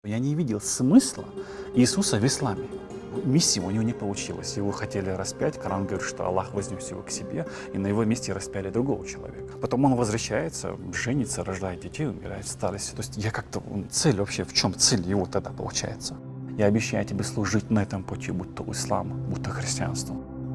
Я не видел смысла Иисуса в исламе. Миссия у него не получилась. Его хотели распять. Коран говорит, что Аллах вознес его к себе, и на его месте распяли другого человека. Потом он возвращается, женится, рождает детей, умирает в старости. То есть я как-то... Цель вообще, в чем цель его тогда получается? Я обещаю тебе служить на этом пути, будь то ислам, будь то христианство.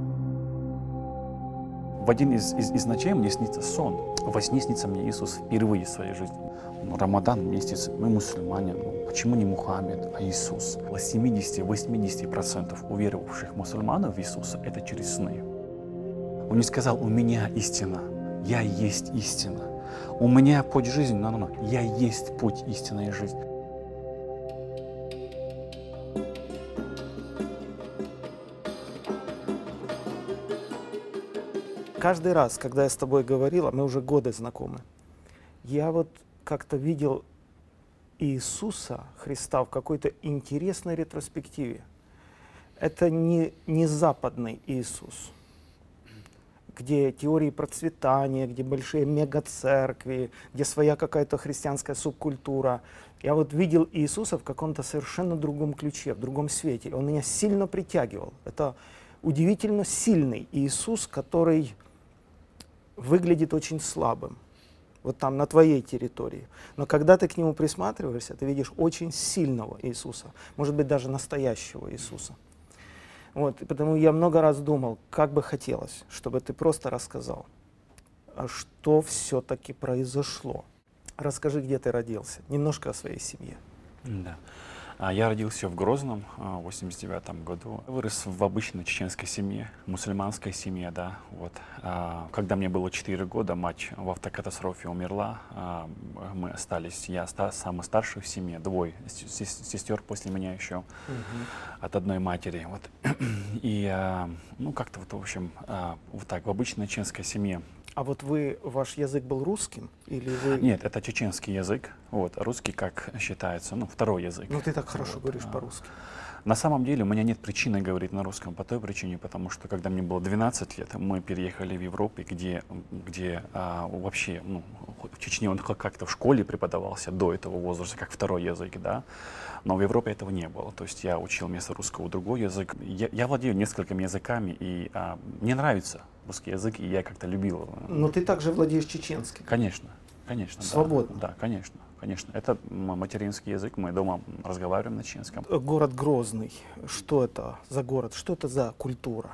В один из ночей мне снится сон. Во сне снится мне Иисус впервые в своей жизни. Рамадан месяц, мы мусульмане, почему не Мухаммед, а Иисус? 70-80% уверовавших мусульманов в Иисуса – это через сны. Он не сказал: у меня истина, я есть истина. У меня путь жизни, я есть путь истинной жизни. Каждый раз, когда я с тобой говорила, мы уже годы знакомы, я вот как-то видел Иисуса Христа в какой-то интересной ретроспективе. Это не западный Иисус, где теории процветания, где большие мегацеркви, где своя какая-то христианская субкультура. Я вот видел Иисуса в каком-то совершенно другом ключе, в другом свете. Он меня сильно притягивал. Это удивительно сильный Иисус, который выглядит очень слабым. Вот там, на твоей территории. Но когда ты к нему присматриваешься, ты видишь очень сильного Иисуса. Может быть, даже настоящего Иисуса. Вот, и потому я много раз думал, как бы хотелось, чтобы ты просто рассказал, что все-таки произошло. Расскажи, где ты родился, немножко о своей семье. Да. Я родился в Грозном в 89 году. Вырос в обычной чеченской семье, мусульманской семье, да. Вот. Когда мне было 4 года, мать в автокатастрофе умерла. Мы остались, я самый старший в семье, двое сестер после меня еще от одной матери. Вот. И как-то вот, в общем, вот так, в обычной чеченской семье. А вот ваш язык был русским? Или вы... Нет, это чеченский язык. Вот, русский, как считается, второй язык. Ну, ты так хорошо говоришь по-русски. На самом деле у меня нет причины говорить на русском по той причине, потому что когда мне было 12 лет, мы переехали в Европу, где вообще, в Чечне он как-то в школе преподавался до этого возраста, как второй язык, да, но в Европе этого не было. То есть я учил вместо русского другой язык. Я владею несколькими языками, и мне нравится русский язык, и я как-то любил его. Но ты также владеешь чеченским? Конечно, Свободно? Да, конечно. Это материнский язык, мы дома разговариваем на чеченском. Город Грозный, что это за город, что это за культура?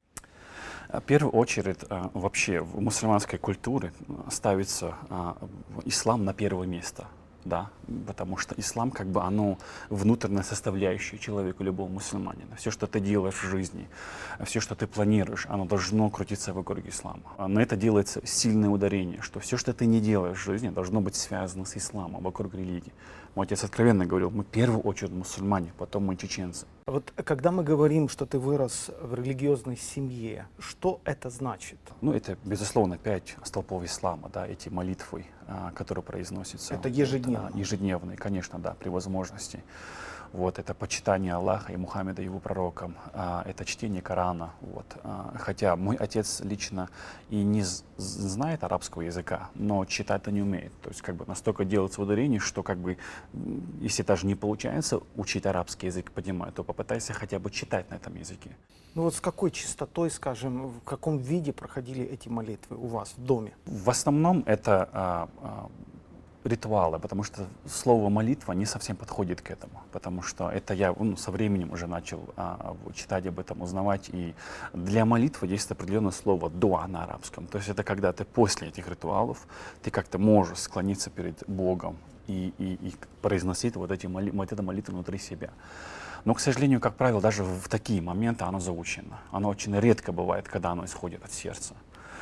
В первую очередь, вообще в мусульманской культуре ставится ислам на первое место. Да, потому что ислам, оно внутренняя составляющая человека, любого мусульманина. Все, что ты делаешь в жизни, все, что ты планируешь, оно должно крутиться вокруг ислама. На это делается сильное ударение, что все, что ты не делаешь в жизни, должно быть связано с исламом, вокруг религии. Мой отец откровенно говорил: мы в первую очередь мусульмане, потом мы чеченцы. Вот когда мы говорим, что ты вырос в религиозной семье, что это значит? Это, безусловно, 5 столпов ислама, да, эти молитвы, которые произносятся. Это ежедневно? Ежедневные, конечно, да, при возможности. Вот, это почитание Аллаха и Мухаммеда, его пророком, это чтение Корана. Вот. Хотя мой отец лично и не знает арабского языка, но читать-то не умеет. То есть настолько делается ударение, что если даже не получается учить арабский язык, понимаю, то попытайся хотя бы читать на этом языке. Ну вот с какой частотой, скажем, в каком виде проходили эти молитвы у вас в доме? В основном это ритуалы, потому что слово молитва не совсем подходит к этому, потому что это я со временем уже начал читать об этом, узнавать, и для молитвы есть определенное слово дуа на арабском, то есть это когда ты после этих ритуалов, ты как-то можешь склониться перед Богом и произносить вот эту молитву внутри себя. Но, к сожалению, как правило, даже в такие моменты оно заучено. Оно очень редко бывает, когда оно исходит от сердца.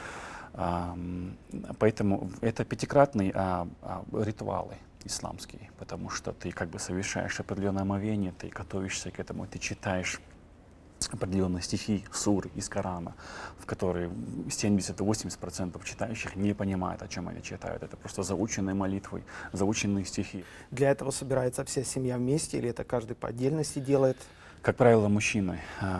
Поэтому это пятикратные ритуалы исламские, потому что ты совершаешь определенное омовение, ты готовишься к этому, ты читаешь определенные стихи, суры из Корана, в которые 70-80% читающих не понимают, о чем они читают. Это просто заученные молитвы, заученные стихи. Для этого собирается вся семья вместе или это каждый по отдельности делает? Как правило, мужчины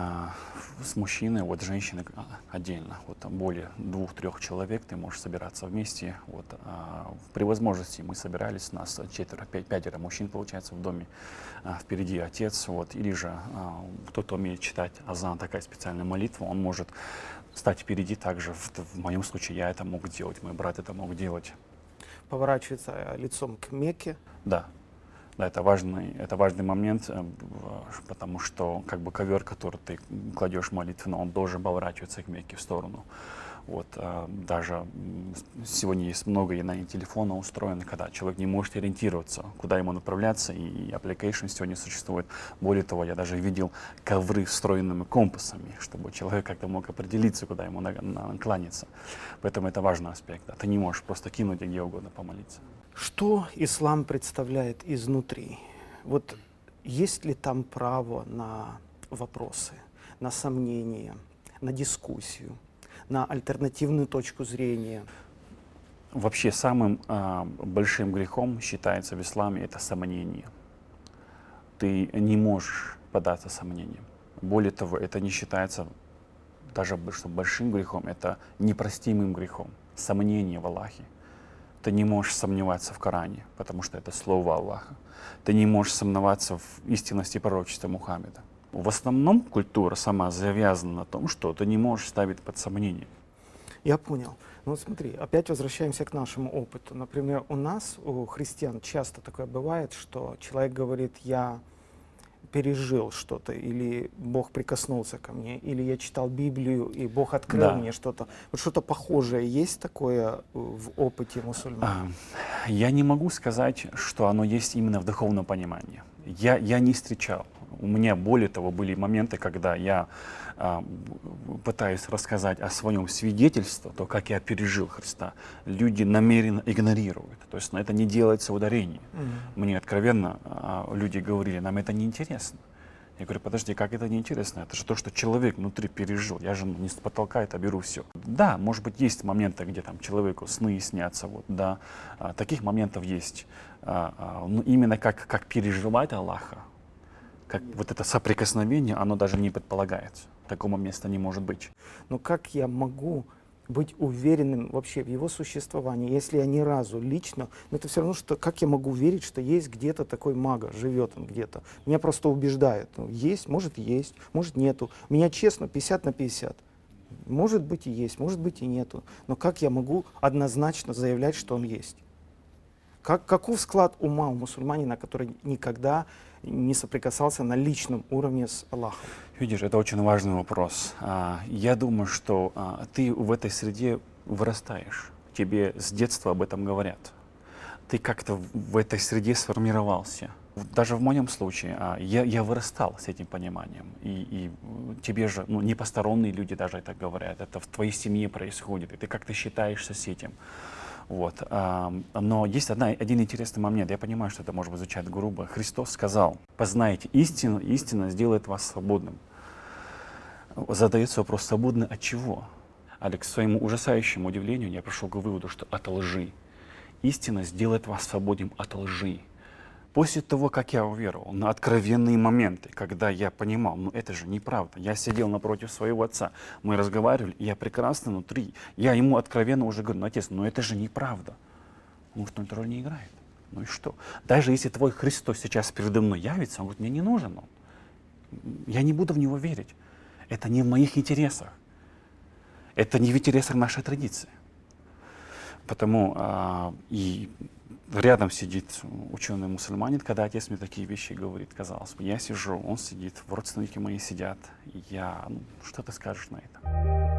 с мужчиной, вот женщины отдельно. Вот там более 2-3 человек ты можешь собираться вместе. Вот, при возможности мы собирались, нас 4-5 мужчин, получается, в доме. Впереди отец, вот, или же кто-то умеет читать азан, такая специальная молитва, он может стать впереди также. В моем случае я это мог делать, мой брат это мог делать. Поворачивается лицом к Мекке. Да. Да, это важный момент, потому что как бы ковер, который ты кладешь молитвенно, он должен поворачиваться к Мекке в сторону. Вот, даже сегодня есть много и на телефона устроено, когда человек не может ориентироваться, куда ему направляться, и application сегодня существует. Более того, я даже видел ковры с встроенными компасами, чтобы человек как-то мог определиться, куда ему накланяться. Поэтому это важный аспект. Да. Ты не можешь просто кинуть где угодно помолиться. Что ислам представляет изнутри? Вот есть ли там право на вопросы, на сомнения, на дискуссию, на альтернативную точку зрения? Вообще самым большим грехом считается в исламе это сомнение. Ты не можешь поддаться сомнениям. Более того, это не считается даже что большим грехом, это непростимым грехом. Сомнение в Аллахе. Ты не можешь сомневаться в Коране, потому что это слово Аллаха. Ты не можешь сомневаться в истинности пророчества Мухаммеда. В основном культура сама завязана на том, что ты не можешь ставить под сомнение. Я понял. Ну вот смотри, опять возвращаемся к нашему опыту. Например, у нас, у христиан, часто такое бывает, что человек говорит: я пережил что-то, или Бог прикоснулся ко мне, или я читал Библию, и Бог открыл мне что-то. Вот что-то похожее есть такое в опыте мусульман? Я не могу сказать, что оно есть именно в духовном понимании. Я не встречал. У меня, более того, были моменты, когда я пытаюсь рассказать о своем свидетельстве, то, как я пережил Христа, люди намеренно игнорируют. То есть на это не делается ударение. Мне откровенно люди говорили: нам это неинтересно. Я говорю: подожди, как это неинтересно? Это же то, что человек внутри пережил. Я же не с потолка это беру все. Да, может быть, есть моменты, где там человеку сны снятся. Вот, да, таких моментов есть. Но именно как переживать Аллаха, как вот это соприкосновение, оно даже не предполагается. Такого места не может быть. Но как я могу быть уверенным вообще в его существовании, если я ни разу лично, но это все равно, что как я могу верить, что есть где-то такой мага, живет он где-то. Меня просто убеждает. Ну, есть, может нету. Меня честно 50/50. Может быть и есть, может быть и нету. Но как я могу однозначно заявлять, что он есть? Каков склад ума у мусульманина, который никогда не соприкасался на личном уровне с Аллахом? Видишь, это очень важный вопрос. Я думаю, что ты в этой среде вырастаешь. Тебе с детства об этом говорят. Ты как-то в этой среде сформировался. Даже в моем случае я вырастал с этим пониманием. И тебе же не посторонние люди даже это говорят. Это в твоей семье происходит. И ты как-то считаешься с этим. Вот. Но есть один интересный момент. Я понимаю, что это может звучать грубо. Христос сказал: познайте истину, истина сделает вас свободным. Задается вопрос: свободны от чего? Алекс, к своему ужасающему удивлению, я пришел к выводу, что от лжи. Истина сделает вас свободным от лжи. После того, как я уверовал, на откровенные моменты, когда я понимал: это же неправда. Я сидел напротив своего отца, мы разговаривали, и я прекрасно внутри. Я ему откровенно уже говорю: отец, это же неправда. Может, он эту роль не играет. Ну и что? Даже если твой Христос сейчас передо мной явится, он говорит: мне не нужен он. Я не буду в него верить. Это не в моих интересах. Это не в интересах нашей традиции. Потому и рядом сидит ученый-мусульманин, когда отец мне такие вещи говорит, казалось бы, я сижу, он сидит, родственники мои сидят, что ты скажешь на это?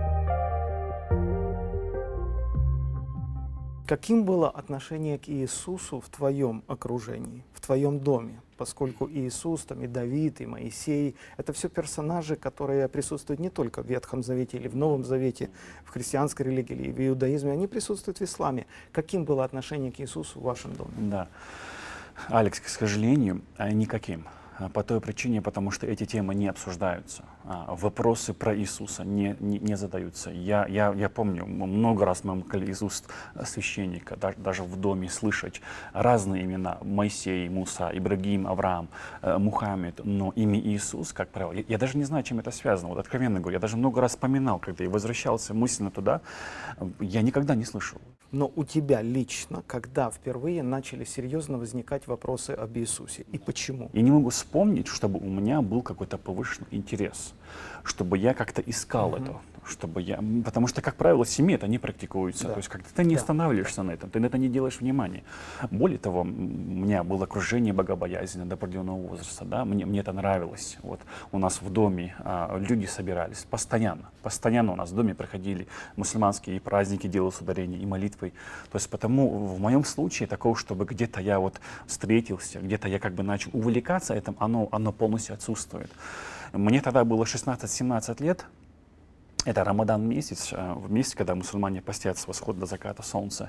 Каким было отношение к Иисусу в твоем окружении, в твоем доме? Поскольку Иисус, и Давид, и Моисей — это все персонажи, которые присутствуют не только в Ветхом Завете или в Новом Завете, в христианской религии или в иудаизме, они присутствуют в исламе. Каким было отношение к Иисусу в вашем доме? Да. Алекс, к сожалению, никаким. по той причине, потому что эти темы не обсуждаются. Вопросы про Иисуса не задаются. Я помню, много раз мы могли из уст священника, даже в доме слышать разные имена: Моисей, Муса, Ибрагим, Авраам, Мухаммед, но имя Иисус, как правило, я даже не знаю, чем это связано. Вот откровенно говорю, я даже много раз вспоминал, когда я возвращался мысленно туда, я никогда не слышал. Но у тебя лично, когда впервые начали серьезно возникать вопросы об Иисусе? И почему? Я не могу вспомнить, чтобы у меня был какой-то повышенный интерес, чтобы я как-то искал это, потому что, как правило, в семье это не практикуется, Да. то есть как ты не Да. останавливаешься на этом, ты на это не делаешь внимания. Более того, у меня было окружение богобоязненное до определенного возраста, да, мне это нравилось. Вот у нас в доме люди собирались постоянно у нас в доме проходили мусульманские праздники, делали с ударением и молитвой. То есть потому в моем случае такого, чтобы где-то я вот встретился, где-то я как бы начал увлекаться этим, оно полностью отсутствует. Мне тогда было 16-17 лет. Это Рамадан месяц, в месяц, когда мусульмане постят с восхода до заката солнца.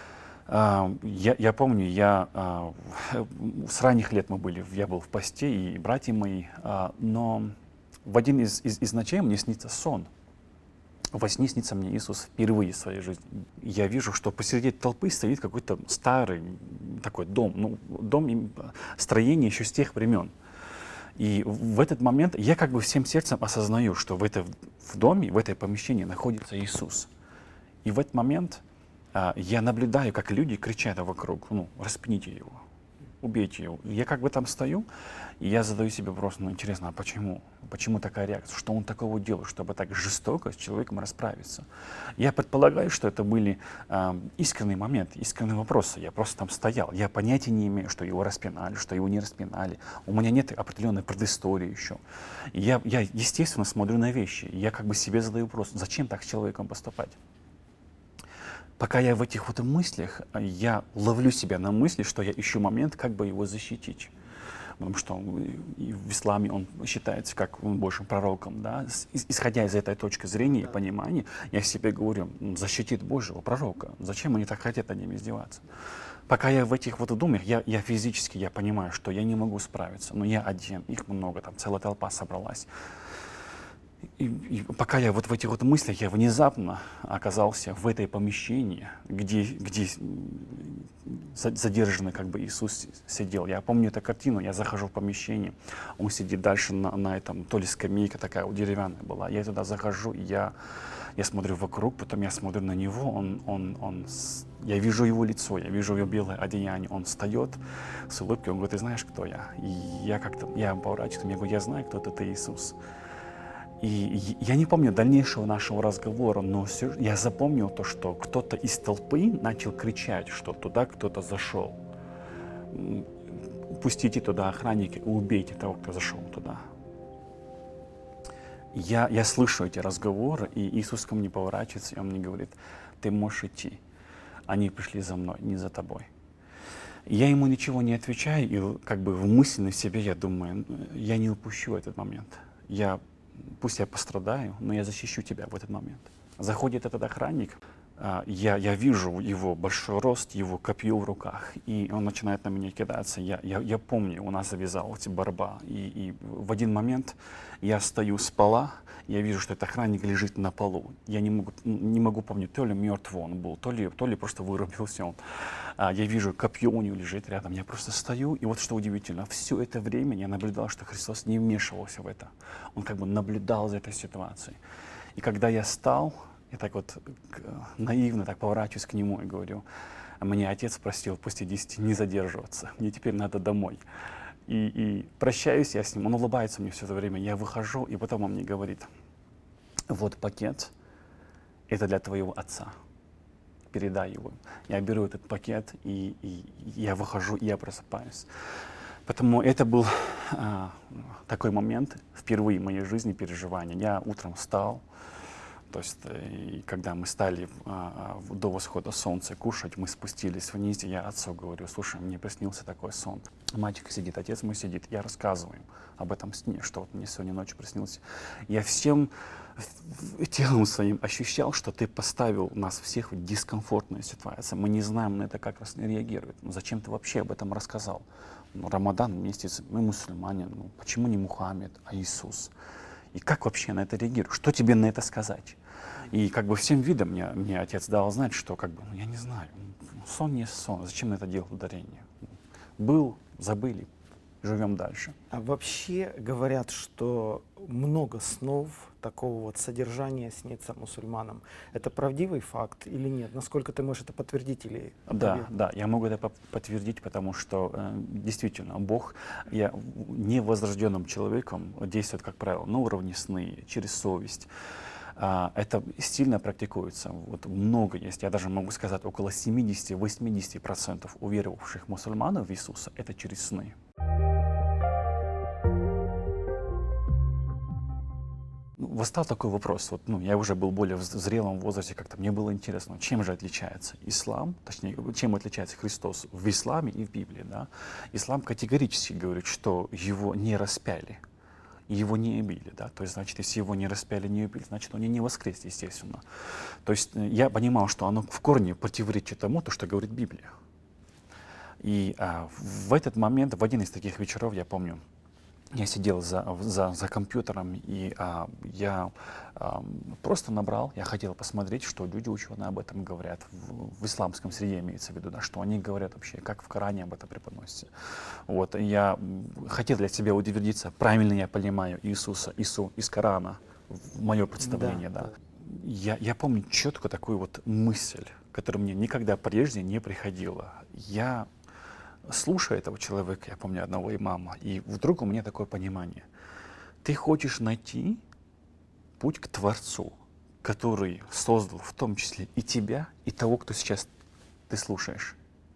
Я помню, с ранних лет я был в посте, и братья мои, но в один из ночей мне снится сон. Во сне снится мне Иисус впервые в своей жизни. Я вижу, что посреди толпы стоит какой-то старый такой дом, строение еще с тех времен. И в этот момент я как бы всем сердцем осознаю, что в доме, в этой помещении находится Иисус. И в этот момент я наблюдаю, как люди кричат вокруг: распните его, убейте его. Я как бы там стою, и я задаю себе вопрос: интересно, а почему? Почему такая реакция? Что он такого делал, чтобы так жестоко с человеком расправиться? Я предполагаю, что это были искренние моменты, искренние вопросы. Я просто там стоял. Я понятия не имею, что его распинали, что его не распинали. У меня нет определенной предыстории еще. И я, естественно, смотрю на вещи. И я как бы себе задаю вопрос: зачем так с человеком поступать? Пока я в этих вот мыслях, я ловлю себя на мысли, что я ищу момент, как бы его защитить. Потому что в исламе он считается как большим пророком. Да? Исходя из этой точки зрения и понимания, я себе говорю: защитит Божьего пророка. Зачем они так хотят над ним издеваться? Пока я в этих вот думах, я физически понимаю, что я не могу справиться. Но я один, их много, там целая толпа собралась. И пока я вот в этих вот мыслях, я внезапно оказался в этой помещении, где задержанный как бы Иисус сидел. Я помню эту картину, я захожу в помещение, он сидит дальше на этом, то ли скамейка такая деревянная была. Я туда захожу, и я смотрю вокруг, потом я смотрю на него, я вижу его лицо, я вижу его белое одеяние, он встает с улыбкой, он говорит: ты знаешь, кто я? И я поворачиваюсь, я говорю: я знаю, кто ты Иисус. И я не помню дальнейшего нашего разговора, но я запомнил то, что кто-то из толпы начал кричать, что туда кто-то зашел. Пустите туда охранника и убейте того, кто зашел туда. Я слышу эти разговоры, и Иисус ко мне поворачивается, и Он мне говорит: ты можешь идти. Они пришли за мной, не за тобой. Я ему ничего не отвечаю, и как бы в мысленной себе я думаю: я не упущу этот момент. Пусть я пострадаю, но я защищу тебя в этот момент. Заходит этот охранник, я вижу его большой рост, его копье в руках, и он начинает на меня кидаться. Я помню, у нас завязалась борьба, и в один момент я стою с пола, я вижу, что этот охранник лежит на полу. Я не могу помнить, то ли мертв он был, то ли просто вырубился он. Я вижу, копье у него лежит рядом, я просто стою, и вот что удивительно, все это время я наблюдал, что Христос не вмешивался в это. Он как бы наблюдал за этой ситуацией. И когда я стал, я так вот наивно так поворачиваюсь к нему и говорю: мне отец просил после 10 не задерживаться, мне теперь надо домой. И прощаюсь я с ним, он улыбается мне все это время, я выхожу, и потом он мне говорит: вот пакет, это для твоего отца, передай его. Я беру этот пакет, и я выхожу, и я просыпаюсь. Поэтому это был такой момент впервые в моей жизни переживания. Я утром встал, то есть, и когда мы стали до восхода солнца кушать, мы спустились вниз, и я отцу говорю: слушай, мне приснился такой сон. Мальчик сидит, отец мой сидит, я рассказываю им об этом сне, что вот мне сегодня ночью приснился. Я всем телом своим ощущал, что ты поставил нас всех в дискомфортную ситуацию. Мы не знаем на это, как реагировать. Зачем ты вообще об этом рассказал? Ну, Рамадан месяц, мы мусульмане, ну, почему не Мухаммед, а Иисус? И как вообще на это реагируешь? Что тебе на это сказать? И как бы всем видом мне отец дал знать, что как бы, ну, я не знаю, сон не сон, зачем на это делать ударение? Был, забыли, живем дальше. А вообще говорят, что много снов такого вот содержания снится мусульманам. Это правдивый факт или нет? Насколько ты можешь это подтвердить или Да, да, я могу это подтвердить, потому что действительно Бог невозрожденным человеком действует, как правило, на уровне сны, через совесть. Это сильно практикуется. Вот много есть, я даже могу сказать, около 70-80% уверовавших мусульман в Иисуса — это через сны. Восстал такой вопрос, вот, ну, я уже был более в зрелом возрасте, как-то мне было интересно, чем же отличается ислам, точнее, чем отличается Христос в исламе и в Библии, да? Ислам категорически говорит, что его не распяли, его не убили, да, то есть, значит, если его не распяли, не убили, значит, он и не воскрес, естественно. То есть я понимал, что оно в корне противоречит тому, то, что говорит Библия. И в этот момент, в один из таких вечеров, я помню, я сидел за компьютером, и я просто набрал, я хотел посмотреть, что люди ученые об этом говорят, в исламском среде имеется в виду, да, что они говорят вообще, как в Коране об этом преподносится. Вот, и я хотел для себя утвердиться, правильно я понимаю Иисуса, из Корана, в мое представление, да. Я помню четко такую вот мысль, которая мне никогда прежде не приходила. Я слушая этого человека, я помню одного имама, и вдруг у меня такое понимание. Ты хочешь найти путь к Творцу, который создал в том числе и тебя, и того, кто сейчас ты слушаешь.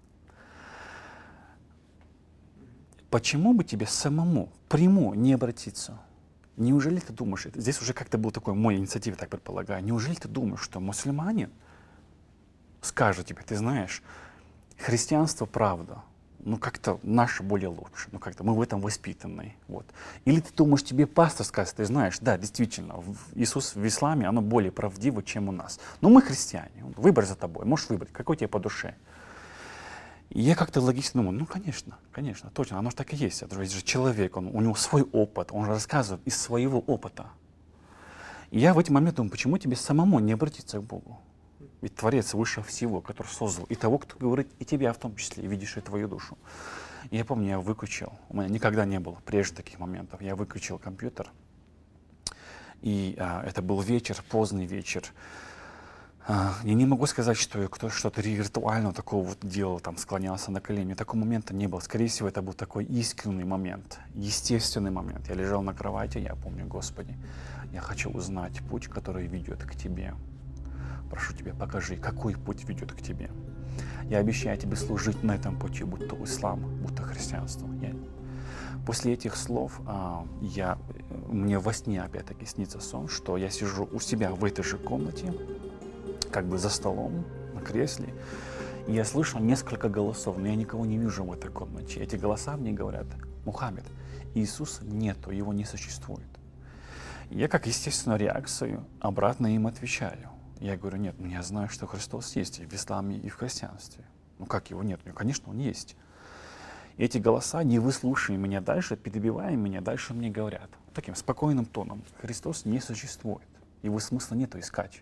Почему бы тебе самому прямо не обратиться? Неужели ты думаешь, здесь уже как-то был такой мой инициатива, так предполагаю, неужели ты думаешь, что мусульманин скажет тебе, ты знаешь, христианство правда, ну как-то наше более лучше, ну как-то мы в этом воспитанные, вот. Или ты думаешь, тебе пастор скажет, ты знаешь, да, действительно, Иисус в исламе, оно более правдиво, чем у нас. Но мы христиане, выбор за тобой, можешь выбрать, какой тебе по душе. И я как-то логично думаю, ну конечно, точно, оно же так и есть. Это же человек, у него свой опыт, он рассказывает из своего опыта. И я в эти моменты думаю, почему тебе самому не обратиться к Богу? Ведь Творец выше всего, который создал и того, кто говорит, и тебя в том числе, и видишь и твою душу. И я помню, я выключил, у меня никогда не было прежде таких моментов, я выключил компьютер, и это был вечер, поздний вечер. Я не могу сказать, что я что-то ритуального такого вот делал, там, склонялся на колени. Такого момента не было. Скорее всего, это был такой искренний момент, естественный момент. Я лежал на кровати, я помню, Господи, я хочу узнать путь, который ведет к Тебе. Прошу Тебя, покажи, какой путь ведет к Тебе. Я обещаю Тебе служить на этом пути, будь то ислам, будь то христианство. После этих слов мне во сне опять-таки снится сон, что я сижу у себя в этой же комнате, как бы за столом, на кресле, и я слышу несколько голосов, но я никого не вижу в этой комнате. Эти голоса мне говорят: Мухаммед, Иисуса нету, его не существует. Я, как естественную реакцию, обратно им отвечаю. Я говорю: нет, я знаю, что Христос есть и в исламе, и в христианстве. Ну как его нет? Ну, конечно, он есть. И эти голоса, не выслушивая меня дальше, перебивая меня, дальше мне говорят таким спокойным тоном: Христос не существует, его смысла нету искать.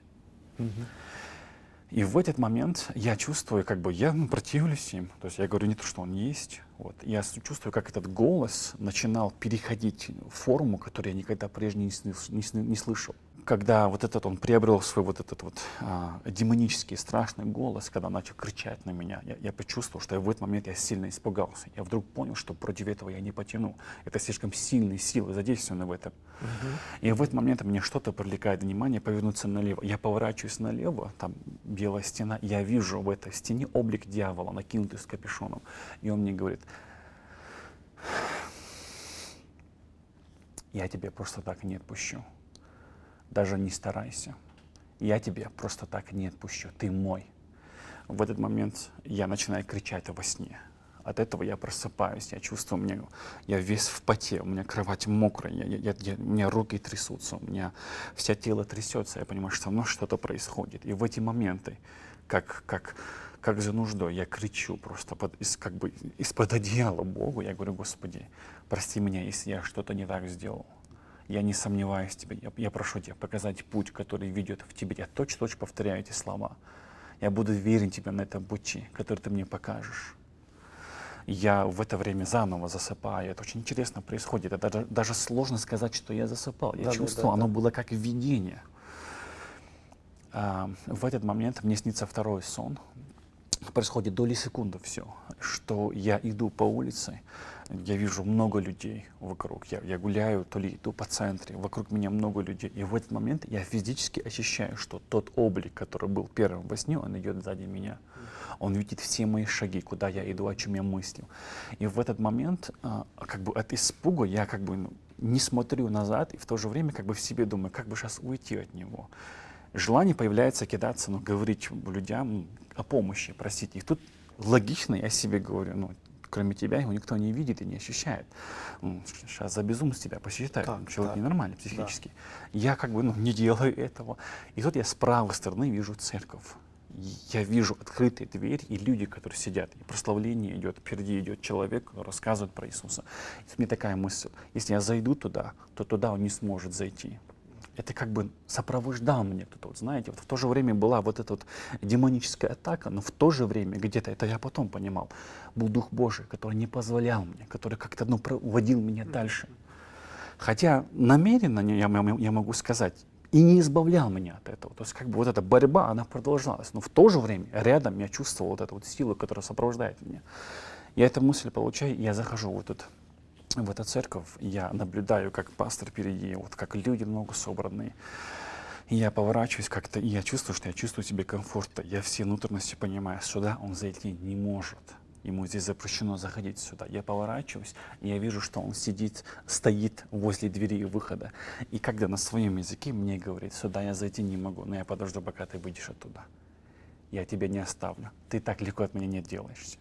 И в этот момент я чувствую, как бы я противлюсь им. То есть я говорю не то, что он есть. Вот. Я чувствую, как этот голос начинал переходить в форму, которую я никогда прежде не слышал. Когда вот этот он приобрел свой вот этот вот демонический страшный голос, когда он начал кричать на меня, я почувствовал, что в этот момент я сильно испугался. Я вдруг понял, что против этого я не потяну. Это слишком сильные силы задействованы в этом. И в этот момент мне что-то привлекает внимание, повернуться налево. Я поворачиваюсь налево, там белая стена, я вижу в этой стене облик дьявола, накинутый с капюшоном. И он мне говорит: я тебя просто так не отпущу. Даже не старайся. Я тебя просто так не отпущу. Ты мой. В этот момент я начинаю кричать во сне. От этого я просыпаюсь, я чувствую, я весь в поте, у меня кровать мокрая, у меня руки трясутся, у меня вся тело трясется, я понимаю, что со мной что-то происходит. И в эти моменты, как как за нуждой. Я кричу просто как бы из-под одеяла Богу. Я говорю: Господи, прости меня, если я что-то не так сделал. Я не сомневаюсь в Тебе. Я прошу Тебя показать путь, который ведет в Тебе. Я точно повторяю эти слова. Я буду верен Тебе на этом пути, который Ты мне покажешь. Я в это время заново засыпаю. Это очень интересно происходит. Это даже сложно сказать, что я засыпал. Я чувствовал, оно было как видение. В этот момент мне снится второй сон. Происходит доли секунды все, что я иду по улице, я вижу много людей вокруг, я гуляю, то ли иду по центре, вокруг меня много людей, и в этот момент я физически ощущаю, что тот облик, который был первым во сне, он идет сзади меня, он видит все мои шаги, куда я иду, о чем я мыслю, и в этот момент, как бы от испуга я как бы не смотрю назад, и в то же время как бы в себе думаю, как бы сейчас уйти от него. Желание появляется кидаться, говорить людям о помощи, просить их. Тут логично я себе говорю, кроме тебя его никто не видит и не ощущает. Сейчас за безумство тебя посчитают, человек ненормальный психически. Да. Я как бы не делаю этого. И тут я с правой стороны вижу церковь. Я вижу открытые двери и люди, которые сидят. И прославление идет, впереди идет человек, который рассказывает про Иисуса. И мне такая мысль: если я зайду туда, то туда он не сможет зайти. Это как бы сопровождал меня кто-то, знаете, в то же время была вот эта вот демоническая атака, но в то же время, где-то, это я потом понимал, был Дух Божий, который не позволял мне, который как-то уводил меня дальше. Хотя намеренно, я могу сказать, и не избавлял меня от этого. То есть как бы вот эта борьба, она продолжалась, но в то же время рядом я чувствовал вот эту вот силу, которая сопровождает меня. Я эту мысль получаю, и я захожу в эту церковь, я наблюдаю, как пастор впереди, вот как люди много собранные. И я поворачиваюсь как-то, и я чувствую, что я чувствую себе комфортно. Я все внутренности понимаю, сюда он зайти не может. Ему здесь запрещено заходить сюда. Я поворачиваюсь, и я вижу, что он стоит возле двери выхода. И когда на своем языке мне говорит: сюда я зайти не могу, но я подожду, пока ты выйдешь оттуда. Я тебя не оставлю. Ты так легко от меня не отделаешься.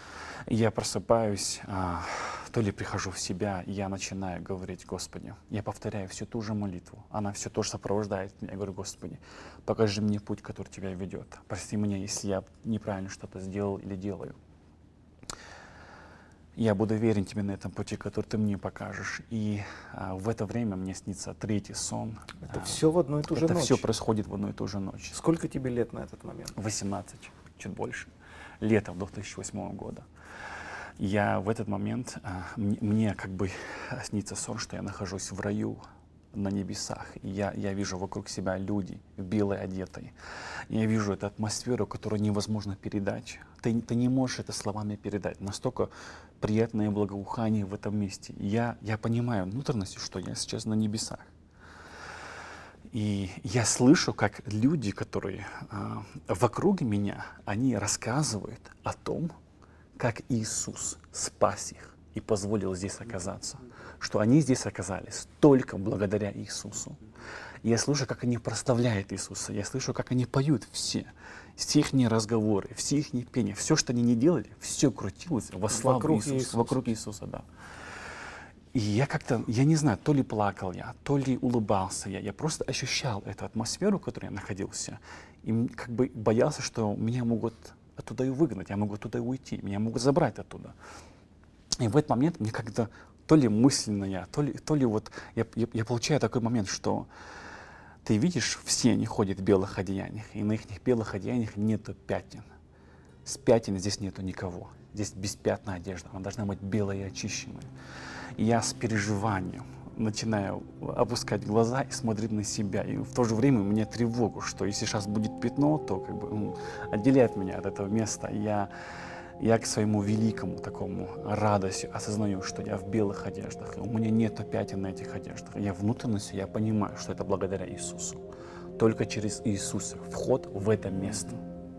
Я просыпаюсь, то ли прихожу в себя, и я начинаю говорить: Господи, я повторяю всю ту же молитву, она все тоже сопровождает меня. Я говорю: Господи, покажи мне путь, который Тебя ведет. Прости меня, если я неправильно что-то сделал или делаю. Я буду верен Тебе на этом пути, который Ты мне покажешь. И в это время мне снится третий сон. Это все в одну и ту же ночь? Это все происходит в одну и ту же ночь. Сколько тебе лет на этот момент? 18, чуть больше. Летом 2008 года. Я в этот момент, мне как бы снится сон, что я нахожусь в раю на небесах. И я вижу вокруг себя люди в белой одетые. Я вижу эту атмосферу, которую невозможно передать. Ты не можешь это словами передать. Настолько приятное благоухание в этом месте. Я понимаю внутренностью, что я сейчас на небесах. И я слышу, как люди, которые вокруг меня, они рассказывают о том, как Иисус спас их и позволил здесь оказаться, что они здесь оказались только благодаря Иисусу. И я слышу, как они прославляют Иисуса, я слышу, как они поют все их разговоры, все их пения, все, что они не делали, все крутилось во славу Иисуса, вокруг Иисуса, да. И я не знаю, то ли плакал я, то ли улыбался я просто ощущал эту атмосферу, в которой я находился, и как бы боялся, что меня могут оттуда и выгнать, я могу оттуда и уйти, меня могут забрать оттуда. И в этот момент мне как-то то ли мысленно то ли вот я получаю такой момент, что ты видишь, все они ходят в белых одеяниях, и на их белых одеяниях нету пятен. С пятен здесь нету никого. Здесь беспятная одежда, она должна быть белая и очищенная. И я с переживанием начинаю опускать глаза и смотреть на себя. И в то же время у меня тревогу, что если сейчас будет пятно, то как бы отделяет меня от этого места. И я к своему великому такому радостью осознаю, что я в белых одеждах, и у меня нету пятен на этих одеждах. Я внутренностью, я понимаю, что это благодаря Иисусу. Только через Иисуса вход в это место.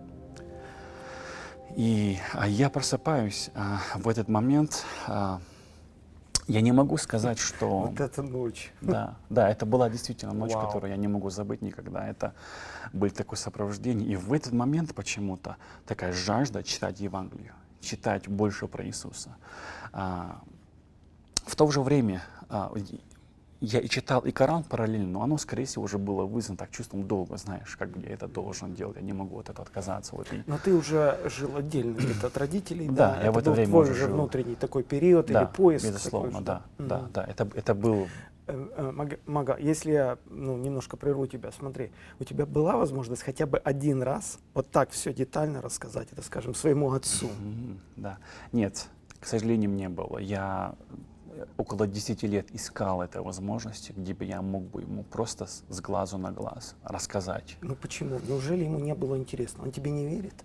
И я просыпаюсь в этот момент. Я не могу сказать, что... Вот эта ночь. Да, это была действительно ночь, которую я не могу забыть никогда. Это было такое сопровождение. И в этот момент почему-то такая жажда читать Евангелие, читать больше про Иисуса. В то же время я и читал и Коран параллельно, но оно, скорее всего, уже было вызвано так чувством долга, знаешь, как бы я это должен делать, я не могу от этого отказаться. Вот, и Но ты уже жил отдельно где-то от родителей, да, да? я в Это это был время твой уже уже жил. внутренний такой период или Да, поиск такой, безусловно, что... да, да, Мгм. да. Это был. Мага, если я немножко прерву тебя, смотри, у тебя была возможность хотя бы один раз вот так все детально рассказать, это, скажем, своему отцу? Да. Нет, к сожалению, не было. Я около 10 лет искал этой возможности, где бы я мог бы ему просто с глазу на глаз рассказать. Ну почему? Неужели ему не было интересно? Он тебе не верит?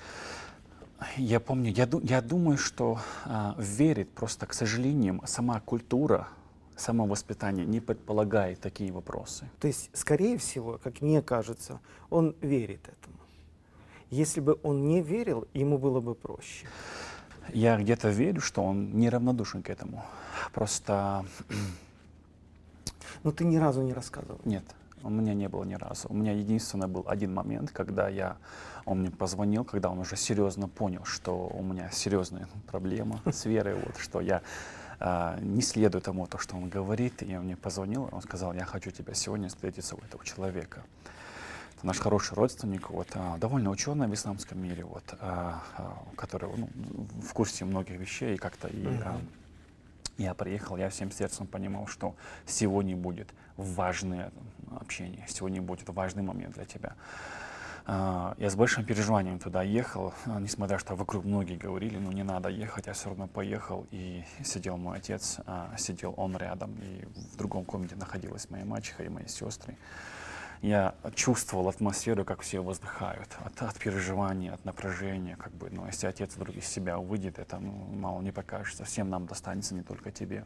Я помню, я думаю, что верит, просто, к сожалению, сама культура, само воспитание не предполагает такие вопросы. То есть, скорее всего, как мне кажется, он верит этому. Если бы он не верил, ему было бы проще. Я где-то верю, что он неравнодушен к этому. Просто Но ты ни разу не рассказывал. нет, у меня не было ни разу. У меня единственный был один момент, когда он мне позвонил, когда он уже серьезно понял, что у меня серьезная проблема с верой, вот, что я не следую тому, то, что он говорит. И он мне позвонил, он сказал: я хочу тебя сегодня встретиться у этого человека. Это наш хороший родственник, вот, довольно ученый в исламском мире, вот, который в курсе многих вещей. И как-то я приехал, я всем сердцем понимал, что сегодня будет важное общение, сегодня будет важный момент для тебя. Я с большим переживанием туда ехал, несмотря что вокруг многие говорили: ну не надо ехать, я все равно поехал. И сидел мой отец, сидел он рядом, и в другом комнате находилась моя мачеха и мои сестры. Я чувствовал атмосферу, как все воздыхают от переживания, от напряжения. Как бы, если отец вдруг из себя выйдет, это мало не покажется. Всем нам достанется, не только тебе.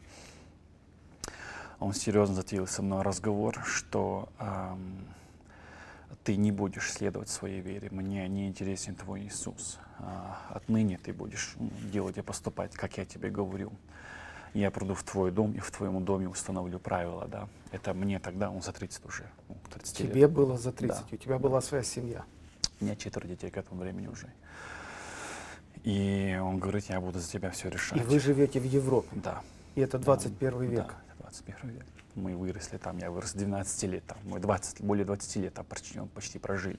Он серьезно затеял со мной разговор, что ты не будешь следовать своей вере, мне не интересен твой Иисус. Отныне ты будешь делать и поступать, как я тебе говорю. Я приду в твой дом и в твоем доме установлю правила, да. Это мне тогда, он за 30 уже, 30 лет. Тебе было за 30, Да. у тебя была своя семья. У меня 4 детей к этому времени уже. И он говорит: я буду за тебя все решать. И вы живете в Европе. Да. И это 21 век. Да, это 21 век. Мы выросли там, я вырос с 12 лет там, мы более 20 лет там почти прожили.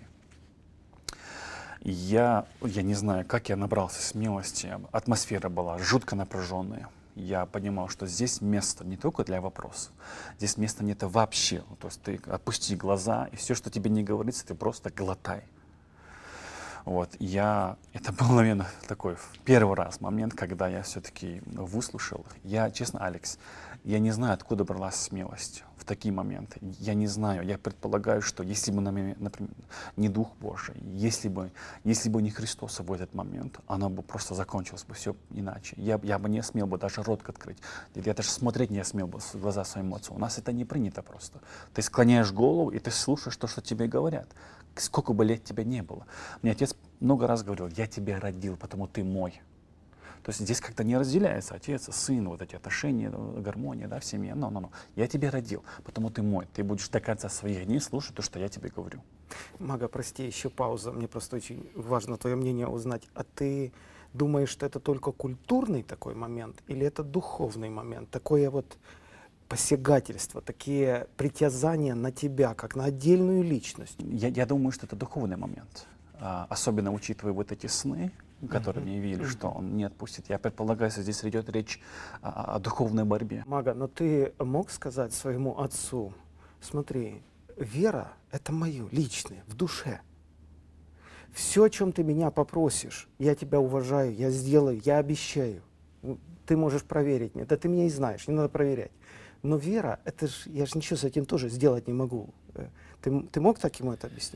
И я не знаю, как я набрался смелости. Атмосфера была жутко напряженная. Я понимал, что здесь место не только для вопросов, здесь места нет вообще. То есть ты опусти глаза, и все, что тебе не говорится, ты просто глотай. Вот, это был, наверное, такой первый раз момент, когда я все-таки выслушал их. Я, честно, Алекс, я не знаю, откуда бралась смелость в такие моменты. Я не знаю, я предполагаю, что если бы, например, не Дух Божий, если бы не Христос в этот момент, оно бы просто закончилось бы все иначе. Я бы не смел бы даже рот открыть. Я даже смотреть не смел бы в глаза своему отцу. У нас это не принято просто. Ты склоняешь голову, и ты слушаешь то, что тебе говорят. Сколько бы лет тебе не было. Мне отец много раз говорил: я тебя родил, потому ты мой. То есть здесь как-то не разделяется отец, сын, вот эти отношения, гармония, да, в семье. Но. Я тебя родил, потому ты мой. Ты будешь до конца своих дней слушать то, что я тебе говорю. Мага, прости, еще пауза. Мне просто очень важно твое мнение узнать. А ты думаешь, что это только культурный такой момент или это духовный момент? Такое вот посягательство, такие притязания на тебя, как на отдельную личность? Я думаю, что это духовный момент. Особенно учитывая вот эти сны, которые мне явили, что он не отпустит. Я предполагаю, что здесь идет речь о духовной борьбе. Мага, но ты мог сказать своему отцу: смотри, вера — это мое личное, в душе. Все, о чем ты меня попросишь, я тебя уважаю, я сделаю, я обещаю. Ты можешь проверить меня. Да ты меня и знаешь, не надо проверять. Но вера, это ж, я же ничего с этим тоже сделать не могу. Ты мог так ему это объяснить?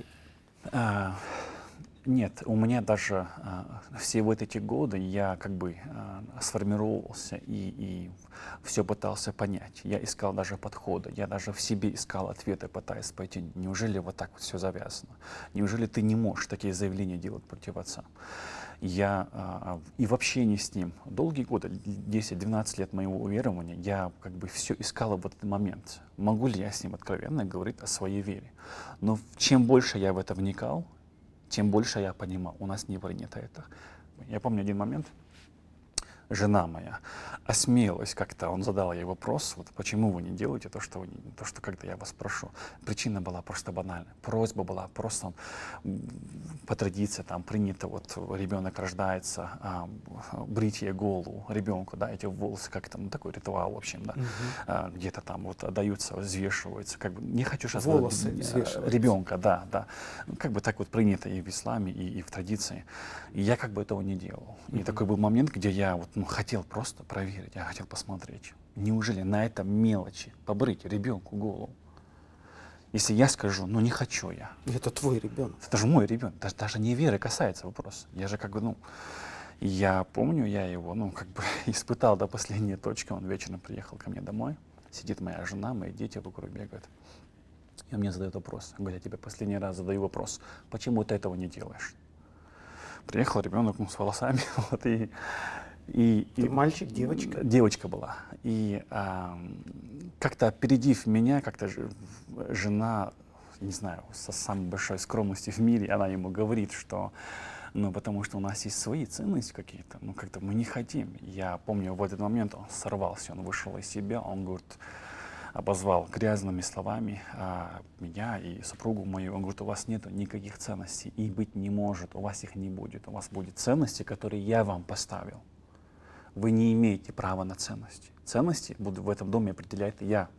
Нет, у меня даже все вот эти годы я как бы сформировался и все пытался понять. Я искал даже подходы, я даже в себе искал ответы, пытаясь пойти. Неужели вот так вот все завязано? Неужели ты не можешь такие заявления делать против отца? Я и в общении с ним долгие годы, 10-12 лет моего уверования, я как бы все искал в этот момент. Могу ли я с ним откровенно говорить о своей вере? Но чем больше я в это вникал, тем больше я понимал, у нас не принято это. Я помню один момент, жена моя, осмелилась как-то, он задал ей вопрос, вот почему вы не делаете то, что, то, что когда я вас прошу. Причина была просто банальная. Просьба была просто по традиции там принято, вот ребенок рождается, брить ей голову ребенку, да, эти волосы как-то, ну такой ритуал, в общем, да, где-то там вот отдаются, взвешиваются, как бы, не хочу сейчас волосы взвешиваются. ребенка, да, да, как бы так вот принято и в исламе, и в традиции. И я как бы этого не делал. И такой был момент, где я вот, ну, хотел просто проверить, я хотел посмотреть, неужели на этом мелочи побрить ребенку голову? Если я скажу, ну не хочу я. Это твой ребенок. Это же мой ребенок, даже не веры касается вопрос. Я же как бы, ну, я помню, я его, ну, как бы испытал до последней точки. Он вечером приехал ко мне домой, сидит моя жена, мои дети вокруг бегают. И он мне задает вопрос. Он говорит, я тебе последний раз задаю вопрос, почему ты этого не делаешь? Приехал ребенок, ну, с волосами, вот, и мальчик, девочка? Девочка была. И как-то опередив меня, как-то жена, не знаю, со самой большой скромностью в мире, она ему говорит, что, ну, потому что у нас есть свои ценности какие-то, ну, как-то мы не хотим. Я помню, в этот момент он сорвался, он вышел из себя, он говорит, обозвал грязными словами меня и супругу мою. Он говорит, у вас нет никаких ценностей и быть не может, у вас их не будет. У вас будут ценности, которые я вам поставил. Вы не имеете права на ценности. Ценности буду в этом доме определять я.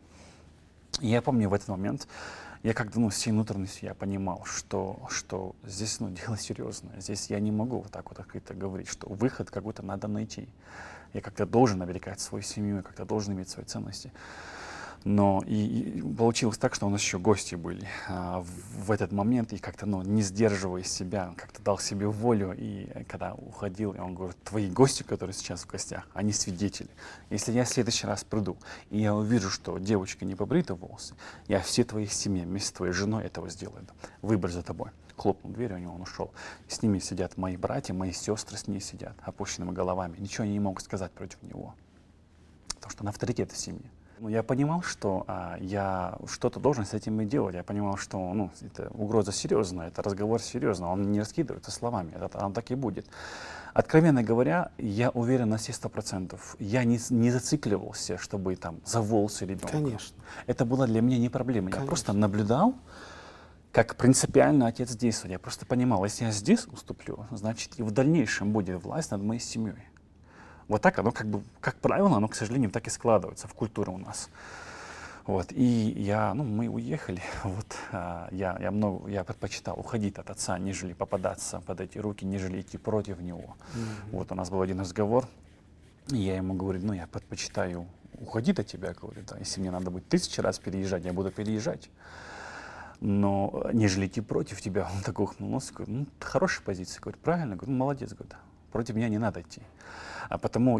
И я помню в этот момент, я как-то, ну, с всей внутренностью я понимал, что здесь, ну, дело серьезное. Здесь я не могу вот так вот открыто говорить, что выход какой-то надо найти. Я как-то должен оберегать свою семью, я как-то должен иметь свои ценности. Но и получилось так, что у нас еще гости были в этот момент, и как-то, ну, не сдерживая себя, как-то дал себе волю, и когда уходил, и он говорит, твои гости, которые сейчас в гостях, они свидетели. Если я в следующий раз приду, и я увижу, что девочка не побрита волосы, я все твои семьи вместе с твоей женой этого сделаю. Выбор за тобой. Хлопнул дверью, у него он ушел. С ними сидят мои братья, мои сестры с ней сидят, опущенными головами. Ничего они не могут сказать против него, потому что он авторитет в семье. Ну, я понимал, что я что-то должен с этим и делать. Я понимал, что, ну, это угроза серьезная, это разговор серьезный, он не раскидывается словами, он так и будет. Откровенно говоря, я уверен на все 100%. Я не зацикливался, чтобы там за волосы ребенка. Конечно. Это было для меня не проблема. Конечно. Я просто наблюдал, как принципиально отец действует. Я просто понимал, если я здесь уступлю, значит и в дальнейшем будет власть над моей семьей. Вот так оно как бы, как правило, оно, к сожалению, так и складывается в культуре у нас. Вот, и мы уехали, вот, я предпочитал уходить от отца, нежели попадаться под эти руки, нежели идти против него. Вот у нас был один разговор, и я ему говорю, ну, я предпочитаю уходить от тебя, говорю, да, если мне надо будет 1000 раз переезжать, я буду переезжать. Но нежели идти против тебя, он такой ухмыльнулся, говорит, ну, хорошая позиция, говорит, правильно, говорю, ну, молодец, говорит, против меня не надо идти. А потому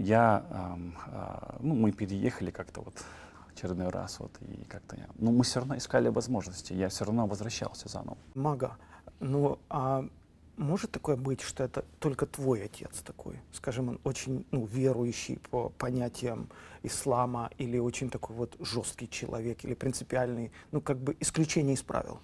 мы переехали как-то вот очередной раз, вот, и как-то мы все равно искали возможности, я все равно возвращался заново. Мага, ну, а может такое быть, что это только твой отец такой? Скажем, он очень, ну, верующий по понятиям ислама, или очень такой вот жесткий человек, или принципиальный, ну, как бы исключение из правил?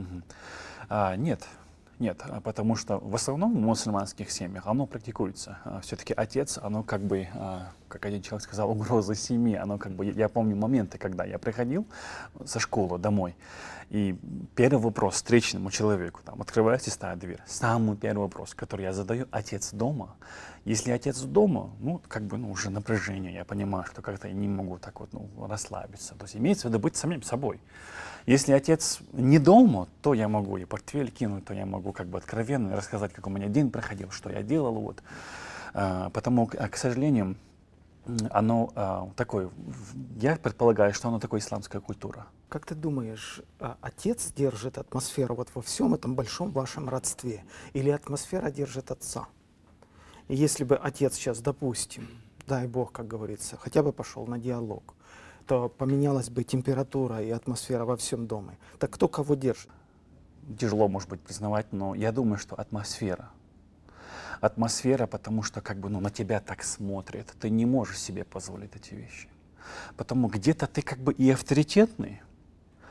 Нет, потому что в основном в мусульманских семьях оно практикуется. Все-таки отец, оно как бы, как один человек сказал, угроза семьи. Оно как бы, я помню моменты, когда я приходил со школы домой, и первый вопрос встречному человеку, там, открывается и ставит дверь. Самый первый вопрос, который я задаю, отец дома? Если отец дома, ну, как бы, ну, уже напряжение, я понимаю, что как-то я не могу так вот, ну, расслабиться. То есть имеется в виду быть самим собой. Если отец не дома, то я могу и портфель кинуть, то я могу как бы откровенно рассказать, как у меня день проходил, что я делал. Вот. Потому, к сожалению, оно такое, я предполагаю, что оно такое исламская культура. Как ты думаешь, отец держит атмосферу вот во всем этом большом вашем родстве, или атмосфера держит отца? И если бы отец сейчас, допустим, дай Бог, как говорится, хотя бы пошел на диалог, то поменялась бы температура и атмосфера во всем доме. Так кто кого держит? Тяжело, может быть, признавать, но я думаю, что атмосфера. Атмосфера, потому что как бы, ну, на тебя так смотрят, ты не можешь себе позволить эти вещи. Потому где-то ты как бы и авторитетный,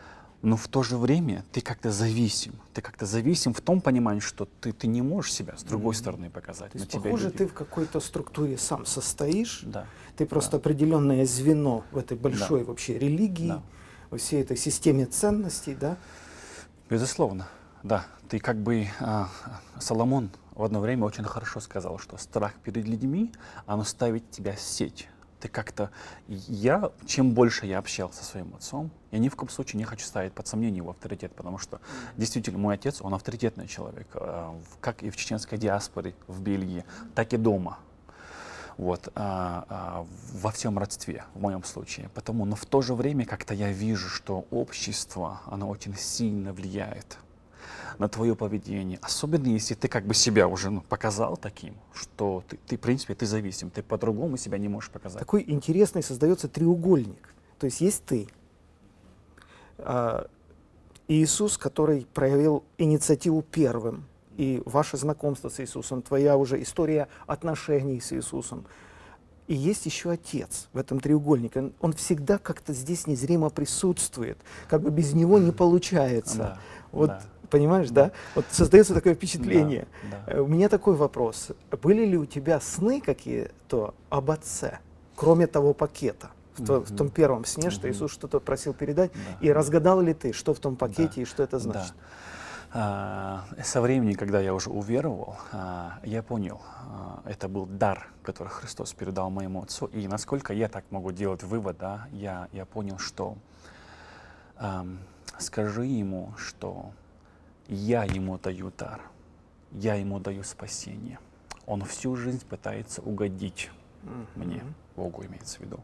но в то же время ты как-то зависим. Ты как-то зависим в том понимании, что ты не можешь себя с другой стороны показать. То есть, на тебя похоже, люди. ты в какой-то структуре сам состоишь, Да. ты просто Да. определенное звено в этой большой Да. вообще религии, Да. во всей этой системе ценностей, да? Безусловно, да. Ты как бы, Соломон в одно время очень хорошо сказал, что страх перед людьми, оно ставит тебя в сеть. Ты как-то, чем больше я общался со своим отцом, я ни в коем случае не хочу ставить под сомнение его авторитет, потому что действительно мой отец, он авторитетный человек, как и в чеченской диаспоре в Бельгии, так и дома. Вот, во всем родстве, в моем случае. Потому, но в то же время как-то я вижу, что общество, оно очень сильно влияет на твое поведение. Особенно если ты как бы себя уже показал таким, что ты, в принципе, ты зависим, ты по-другому себя не можешь показать. Такой интересный создается треугольник. То есть ты, Иисус, который проявил инициативу первым, и ваше знакомство с Иисусом, твоя уже история отношений с Иисусом. И есть еще Отец в этом треугольнике. Он всегда как-то здесь незримо присутствует, как бы без него не получается. Да, Вот, да. понимаешь, да? Вот создается такое впечатление. Да. У меня такой вопрос. Были ли у тебя сны какие-то об Отце, кроме того пакета? В том первом сне, что Иисус что-то просил передать, и разгадал ли ты, что в том пакете и что это значит? Да. Со времени, когда я уже уверовал, я понял, это был дар, который Христос передал моему отцу. И насколько я так могу делать вывод, да, я понял, что скажи ему, что я ему даю дар, я ему даю спасение. Он всю жизнь пытается угодить мне, Богу имеется в виду.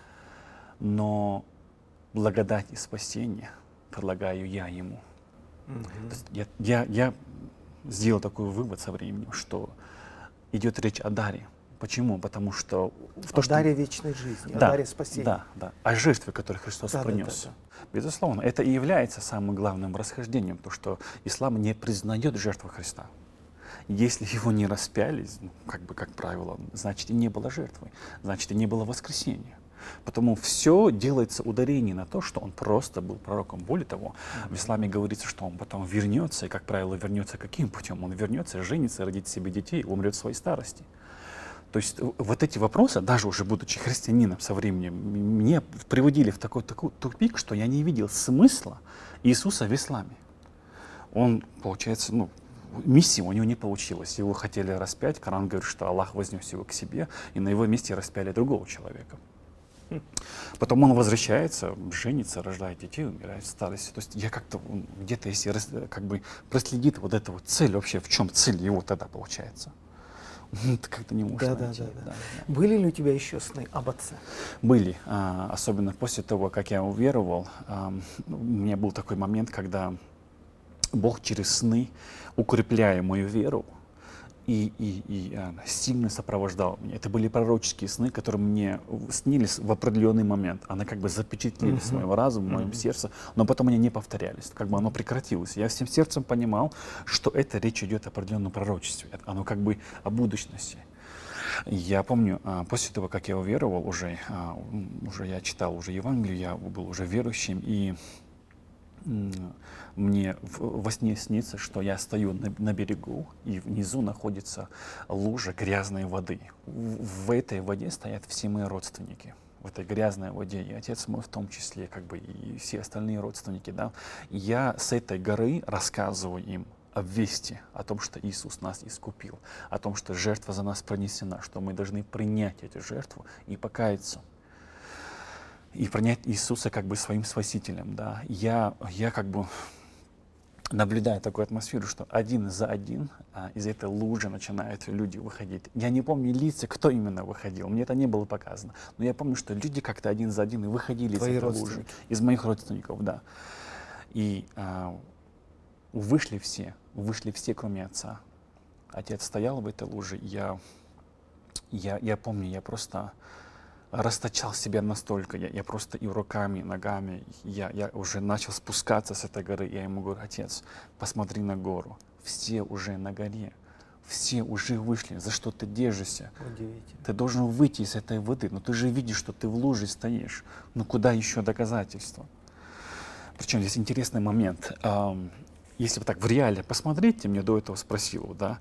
Но благодать и спасение предлагаю я ему. То есть я сделал такой вывод со временем, что идет речь о даре. Почему? Потому что... О даре вечной жизни, да, о даре спасения. Да. О жертве, которую Христос принес. Да. Безусловно, это и является самым главным расхождением, то, что ислам не признает жертву Христа. Если его не распяли, как правило, значит и не было жертвы, значит и не было воскресения. Потому все делается ударение на то, что он просто был пророком. Более того, в исламе говорится, что он потом вернется, и, как правило, вернется каким путем? Он вернется, женится, родит себе детей, умрет в своей старости. То есть вот эти вопросы, даже уже будучи христианином со временем, меня приводили в такой тупик, что я не видел смысла Иисуса в исламе. Он, получается, миссия у него не получилась. Его хотели распять. Коран говорит, что Аллах вознес его к себе, и на его месте распяли другого человека. Потом он возвращается, женится, рождает детей, умирает в старости. То есть я как-то где-то, если как бы проследит вот эту вот цель, вообще в чем цель его тогда получается, это как-то не можешь найти. Да. Были ли у тебя еще сны об Отце? Были. Особенно после того, как я уверовал, у меня был такой момент, когда Бог через сны, укрепляя мою веру, и сильно сопровождал меня. Это были пророческие сны, которые мне снились в определенный момент. Они как бы запечатлелись в моем разуме, в моем сердце, но потом они не повторялись. Как бы оно прекратилось. Я всем сердцем понимал, что это речь идет о определенном пророчестве. Оно как бы о будущности. Я помню, после того, как я уверовал, уже я читал уже Евангелие, я был уже верующим, и мне во сне снится, что я стою на берегу, и внизу находится лужа грязной воды. В этой воде стоят все мои родственники. В этой грязной воде, и отец мой в том числе, как бы, и все остальные родственники, да. И я с этой горы рассказываю им о вести, о том, что Иисус нас искупил, о том, что жертва за нас пронесена, что мы должны принять эту жертву и покаяться. И принять Иисуса как бы своим спасителем, да. Я как бы наблюдаю такую атмосферу, что один за один из этой лужи начинают люди выходить. Я не помню лица, кто именно выходил, мне это не было показано. Но я помню, что люди как-то один за один и выходили из этой лужи. Из моих родственников, да. И вышли все, кроме отца. Отец стоял в этой луже, я помню, я просто расточал себя настолько, я просто и руками, и ногами, я уже начал спускаться с этой горы, я ему говорю: отец, посмотри на гору, все уже на горе, все уже вышли, за что ты держишься? Ты должен выйти из этой воды, но ты же видишь, что ты в луже стоишь, ну куда еще доказательства? Причем здесь интересный момент. Если бы так в реале посмотреть, ты мне до этого спросил, да,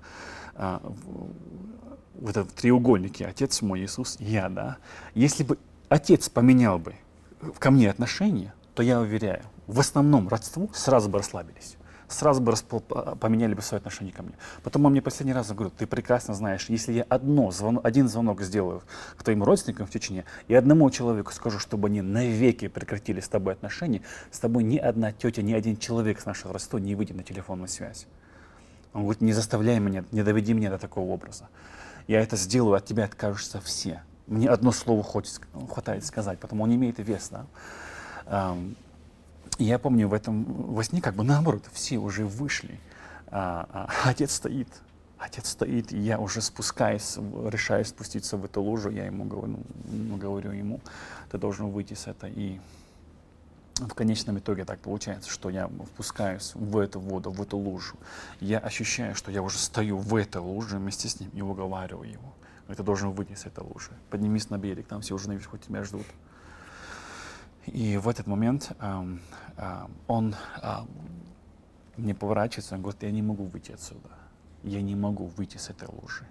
в этом треугольнике Отец мой, Иисус, я, да. Если бы Отец поменял бы ко мне отношения, то я уверяю, в основном родству сразу бы расслабились. Сразу бы поменяли бы свои отношения ко мне. Потом он мне последний раз говорит: ты прекрасно знаешь, если я один звонок сделаю к твоим родственникам в Чечне и одному человеку скажу, чтобы они навеки прекратили с тобой отношения, с тобой ни одна тетя, ни один человек с нашего родства не выйдет на телефонную связь. Он говорит: не заставляй меня, не доведи меня до такого образа. Я это сделаю, от тебя откажутся все. Мне одно слово хватает сказать, потому он имеет вес, да. И я помню во сне как бы наоборот, все уже вышли, отец стоит, и я уже спускаюсь, решаю спуститься в эту лужу, я ему говорю ему, ты должен выйти с этой. И в конечном итоге так получается, что я впускаюсь в эту воду, в эту лужу. Я ощущаю, что я уже стою в этой луже вместе с ним и уговариваю его. Ты должен выйти с этой лужи, поднимись на берег, там все уже наверху тебя ждут. И в этот момент он мне поворачивается, он говорит: я не могу выйти отсюда, я не могу выйти с этой лужи.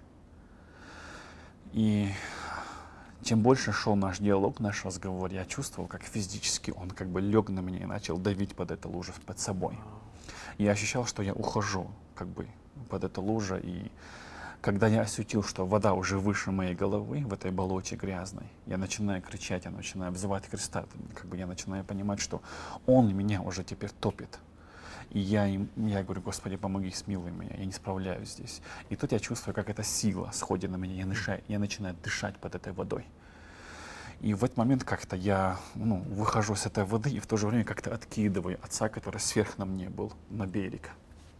И чем больше шел наш диалог, наш разговор, я чувствовал, как физически он как бы лег на меня и начал давить под этой лужей, под собой. Я ощущал, что я ухожу как бы под эту лужу, и когда я ощутил, что вода уже выше моей головы в этой болоте грязной, я начинаю кричать, я начинаю взывать Христа, как бы я начинаю понимать, что Он меня уже теперь топит. И я говорю: Господи, помоги, смилуй меня, я не справляюсь здесь. И тут я чувствую, как эта сила сходит на меня, я начинаю дышать под этой водой. И в этот момент как-то я выхожу с этой воды и в то же время как-то откидываю отца, который сверх на мне был, на берег.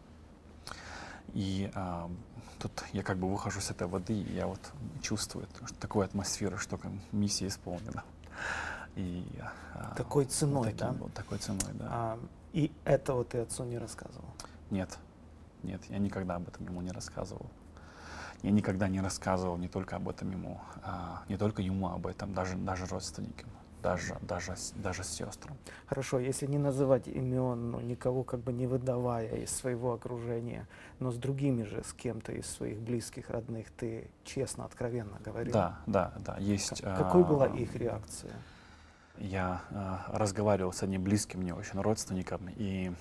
И тут я как бы выхожу с этой воды, и я вот чувствую такую атмосферу, что миссия исполнена. И, Такой ценой, да? Такой ценой, да. И этого ты отцу не рассказывал? Нет, я никогда об этом ему не рассказывал. Я никогда не рассказывал не только об этом ему, не только ему об этом, даже родственникам, даже сестрам. Хорошо, если не называть имен, но никого как бы не выдавая из своего окружения, но с другими же, с кем-то из своих близких, родных, ты честно, откровенно говорил? Да, есть. Какой была их реакция? Я разговаривал с одним близким мне очень родственником, и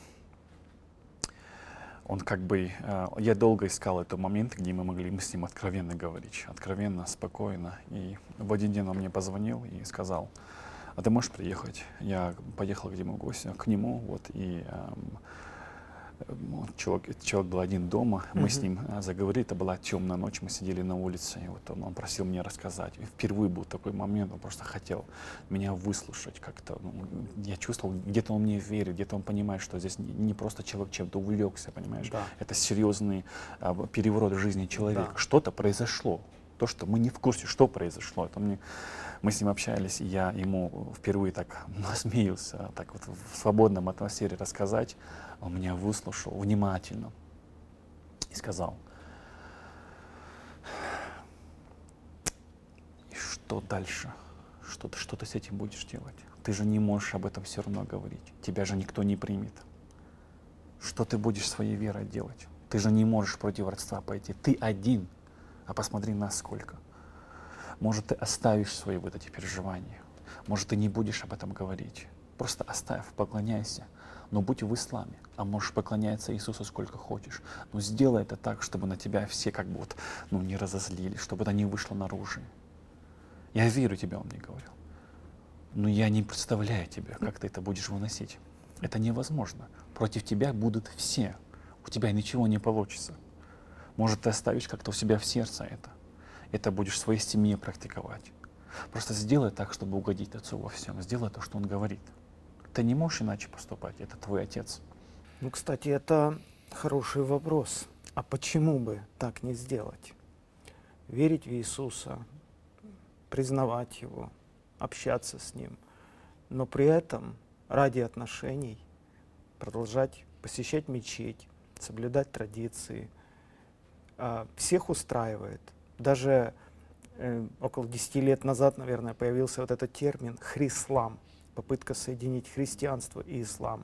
он как бы, я долго искал этот момент, где мы с ним откровенно говорить, откровенно, спокойно. И в один день он мне позвонил и сказал: а ты можешь приехать? Я поехал к нему в гости, к нему, вот, и человек был один дома, мы с ним заговорили, это была темная ночь, мы сидели на улице, и вот он просил мне рассказать. И впервые был такой момент, он просто хотел меня выслушать как-то. Я чувствовал, где-то он мне верит, где-то он понимает, что здесь не просто человек чем-то увлекся, понимаешь? Да. Это серьезный переворот в жизни человека. Да. Что-то произошло, то, что мы не в курсе, что произошло. Это мы с ним общались, и я ему впервые так насмеялся, так вот в свободном атмосфере рассказать. Он меня выслушал внимательно и сказал: и что дальше? Что ты с этим будешь делать? Ты же не можешь об этом все равно говорить. Тебя же никто не примет. Что ты будешь своей верой делать? Ты же не можешь против родства пойти. Ты один, а посмотри нас сколько. Может, ты оставишь свои вот эти переживания. Может, ты не будешь об этом говорить. Просто оставь, поклоняйся. Но будь в исламе, а можешь поклоняться Иисусу сколько хочешь. Но сделай это так, чтобы на тебя все как бы не разозлили, чтобы это не вышло наружу. Я верю тебе, он мне говорил. Но я не представляю тебе, как ты это будешь выносить. Это невозможно. Против тебя будут все. У тебя ничего не получится. Может, ты оставишь как-то у себя в сердце это. Это будешь в своей семье практиковать. Просто сделай так, чтобы угодить Отцу во всем. Сделай то, что Он говорит. Ты не можешь иначе поступать, это твой Отец. Ну, кстати, это хороший вопрос. А почему бы так не сделать? Верить в Иисуса, признавать Его, общаться с Ним, но при этом ради отношений продолжать посещать мечеть, соблюдать традиции. Всех устраивает. Даже около 10 лет назад, наверное, появился вот этот термин «хрислам». попытка соединить христианство и ислам.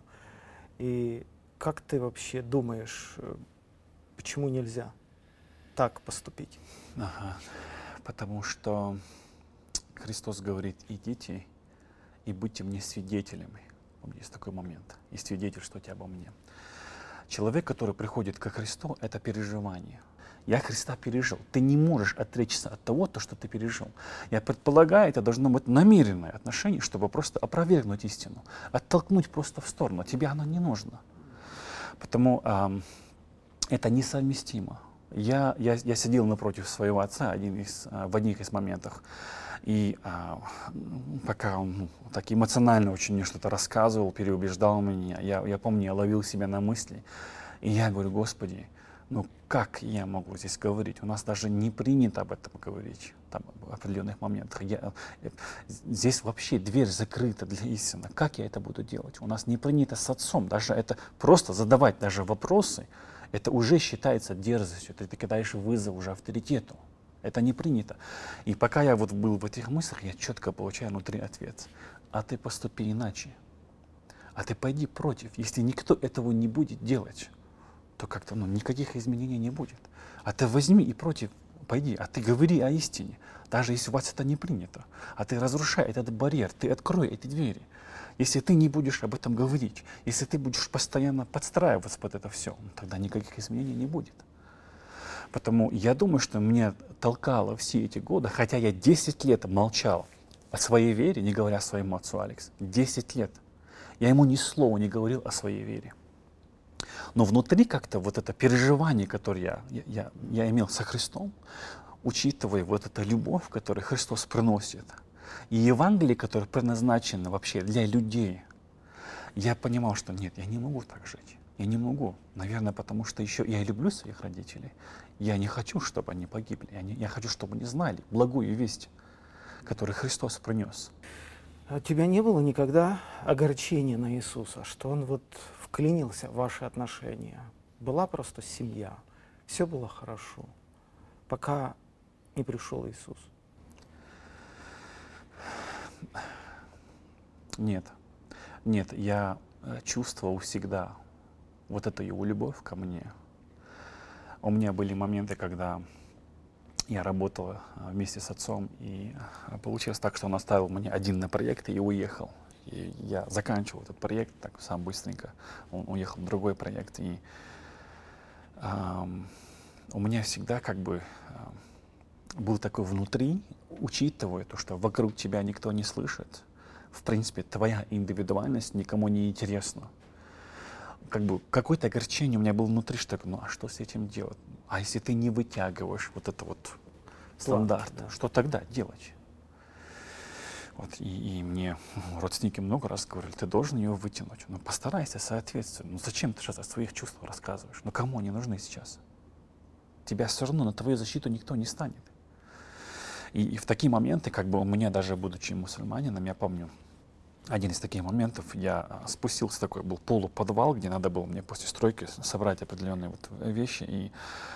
И как ты вообще думаешь, почему нельзя так поступить? Ага. Потому что Христос говорит: идите и будьте мне свидетелями. Есть такой момент. И свидетельствуйте обо мне. Человек, который приходит ко Христу, это переживание. Я Христа пережил. Ты не можешь отречься от того, что ты пережил. Я предполагаю, это должно быть намеренное отношение, чтобы просто опровергнуть истину, оттолкнуть просто в сторону. Тебе оно не нужно. Потому это несовместимо. Я сидел напротив своего отца в одних из моментов. И пока он так эмоционально очень мне что-то рассказывал, переубеждал меня, я помню, я ловил себя на мысли. И я говорю: Господи, ну как я могу здесь говорить? У нас даже не принято об этом говорить там, в определенных моментах. Здесь вообще дверь закрыта для истины. Как я это буду делать? У нас не принято с отцом. Даже это просто задавать даже вопросы, это уже считается дерзостью. Ты кидаешь вызов уже авторитету. Это не принято. И пока я вот был в этих мыслях, я четко получаю внутри ответ. А ты поступи иначе. А ты пойди против. Если никто этого не будет делать, то как-то никаких изменений не будет. А ты возьми и против пойди. А ты говори о истине. Даже если у вас это не принято. А ты разрушай этот барьер. Ты открой эти двери. Если ты не будешь об этом говорить, если ты будешь постоянно подстраиваться под это все, тогда никаких изменений не будет. Потому я думаю, что меня толкало все эти годы, хотя я 10 лет молчал о своей вере, не говоря своему отцу Алекс. 10 лет. Я ему ни слова не говорил о своей вере. Но внутри как-то вот это переживание, которое я имел со Христом, учитывая вот эту любовь, которую Христос приносит, и Евангелие, которое предназначено вообще для людей, я понимал, что нет, я не могу так жить. Я не могу. Наверное, потому что еще я люблю своих родителей. Я не хочу, чтобы они погибли. Я хочу, чтобы они знали благую весть, которую Христос принес. А у тебя не было никогда огорчения на Иисуса, что Он вот вклинился в ваши отношения? Была просто семья, все было хорошо, пока не пришел Иисус? Нет. Нет, я чувствовал всегда вот эту его любовь ко мне. У меня были моменты, когда я работал вместе с отцом, и получилось так, что он оставил меня один на проекте и уехал. И я заканчивал этот проект так сам быстренько. Он уехал в другой проект. И у меня всегда как бы был такой внутри, учитывая то, что вокруг тебя никто не слышит, в принципе, твоя индивидуальность никому не интересна. Как бы какое-то огорчение у меня было внутри, что а что с этим делать? А если ты не вытягиваешь вот это вот стандарт, да. что тогда делать? Вот, и мне родственники много раз говорили: ты должен ее вытянуть. Ну постарайся соответствовать. Ну зачем ты сейчас о своих чувствах рассказываешь? Ну кому они нужны сейчас? Тебя все равно на твою защиту никто не станет. И в такие моменты, как бы у меня даже будучи мусульманином, я помню, один из таких моментов, я спустился, такой был полуподвал, где надо было мне после стройки собрать определенные вот вещи, и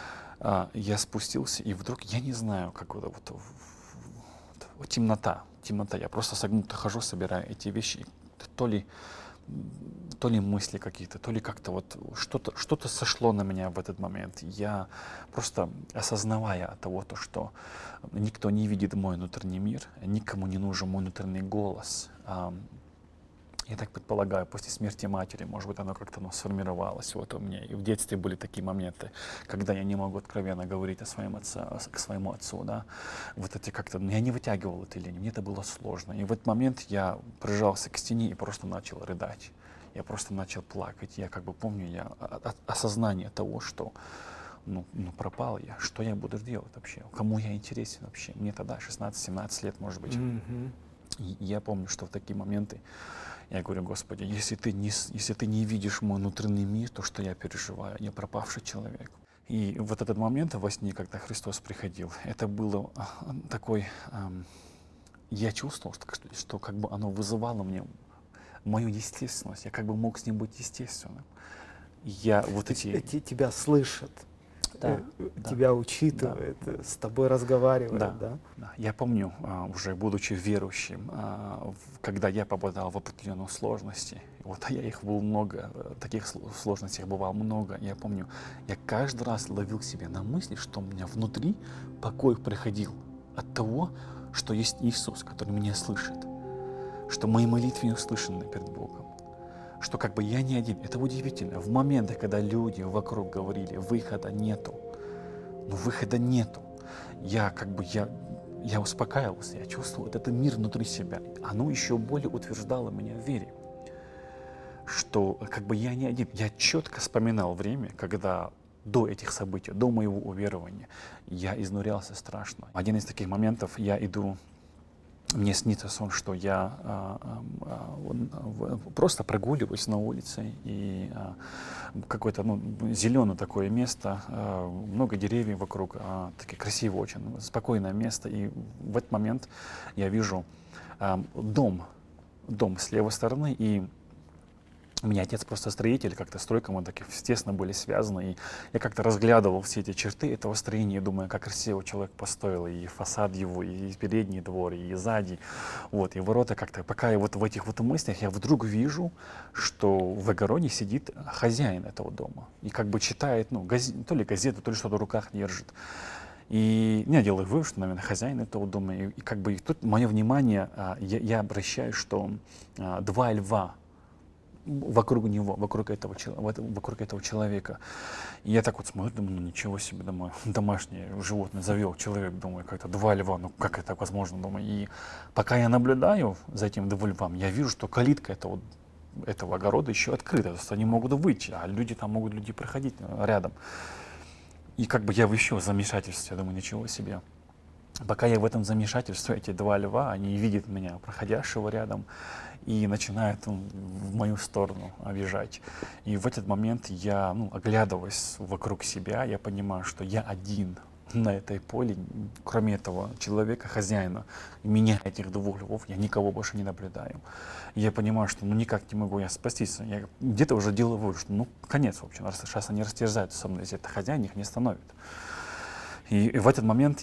я спустился, и вдруг, я не знаю, как вот темнота, я просто согнуто хожу, собираю эти вещи, то ли мысли какие-то, то ли как-то вот что-то сошло на меня в этот момент. Я просто осознавая того, что никто не видит мой внутренний мир, никому не нужен мой внутренний голос. Я так предполагаю, после смерти матери, может быть, оно как-то сформировалось вот у меня. И в детстве были такие моменты, когда я не могу откровенно говорить о своем отце, к своему отцу, да. Вот эти как-то, я не вытягивал эту линию, мне это было сложно. И в этот момент я прижался к стене и просто начал рыдать. Я просто начал плакать. Я как бы помню, осознание того, что пропал я, что я буду делать вообще, кому я интересен вообще. Мне тогда 16-17 лет, может быть. И я помню, что в такие моменты я говорю: Господи, если ты не видишь мой внутренний мир, то что я переживаю, я пропавший человек. И вот этот момент во сне, когда Христос приходил, это было такой, я чувствовал, что как бы оно вызывало мне мою естественность, я как бы мог с ним быть естественным. Я вот эти тебя слышат. Да, да, тебя учитывает, с тобой разговаривает, да, да? да. Я помню, уже будучи верующим, когда я попадал в определенные сложности, вот я их было много, таких сложностей бывало много, я помню, я каждый раз ловил себя на мысли, что у меня внутри покой приходил от того, что есть Иисус, который меня слышит, что мои молитвы услышаны перед Богом, что как бы я не один. Это удивительно. В моменты, когда люди вокруг говорили, выхода нету, но выхода нету, я успокаивался, я чувствовал этот мир внутри себя. Оно еще более утверждало меня в вере, что как бы я не один. Я четко вспоминал время, когда до этих событий, до моего уверования, я изнурялся страшно. Один из таких моментов, я иду, мне снится сон, что я просто прогуливаюсь на улице, и какое-то зеленое такое место, много деревьев вокруг, такие красивое очень, спокойное место. И в этот момент я вижу дом с левой стороны, и у меня отец просто строитель, как-то стройка, мы так тесно были связаны, и я как-то разглядывал все эти черты этого строения, и думаю, как красиво человек построил, и фасад его, и передний двор, и сзади, вот, и ворота как-то. Пока я вот в этих вот мыслях, я вдруг вижу, что в огороде сидит хозяин этого дома, и как бы читает, то ли газету, то ли что-то в руках держит. И я делаю вывод, что, наверное, хозяин этого дома, и как бы тут мое внимание, я обращаю, что два льва вокруг него, вокруг этого человека. И я так вот смотрю, думаю, ничего себе, думаю, домашнее животное завел человек, думаю, как-то два льва, как это возможно, думаю. И пока я наблюдаю за этим двумя львами, я вижу, что калитка этого огорода еще открыта, то есть они могут выйти, а люди проходить рядом. И как бы я еще в замешательстве, я думаю, ничего себе. Пока я в этом замешательстве, эти два льва, они видят меня, проходящего рядом, и начинают в мою сторону обижать. И в этот момент я, оглядываясь вокруг себя, я понимаю, что я один на этой поле, кроме этого человека, хозяина, меня, этих двух львов, я никого больше не наблюдаю. И я понимаю, что никак не могу я спастись. Я где-то уже делаю вывод, что конец, в общем, сейчас они растерзаются со мной, если это хозяин их не остановит. И в этот момент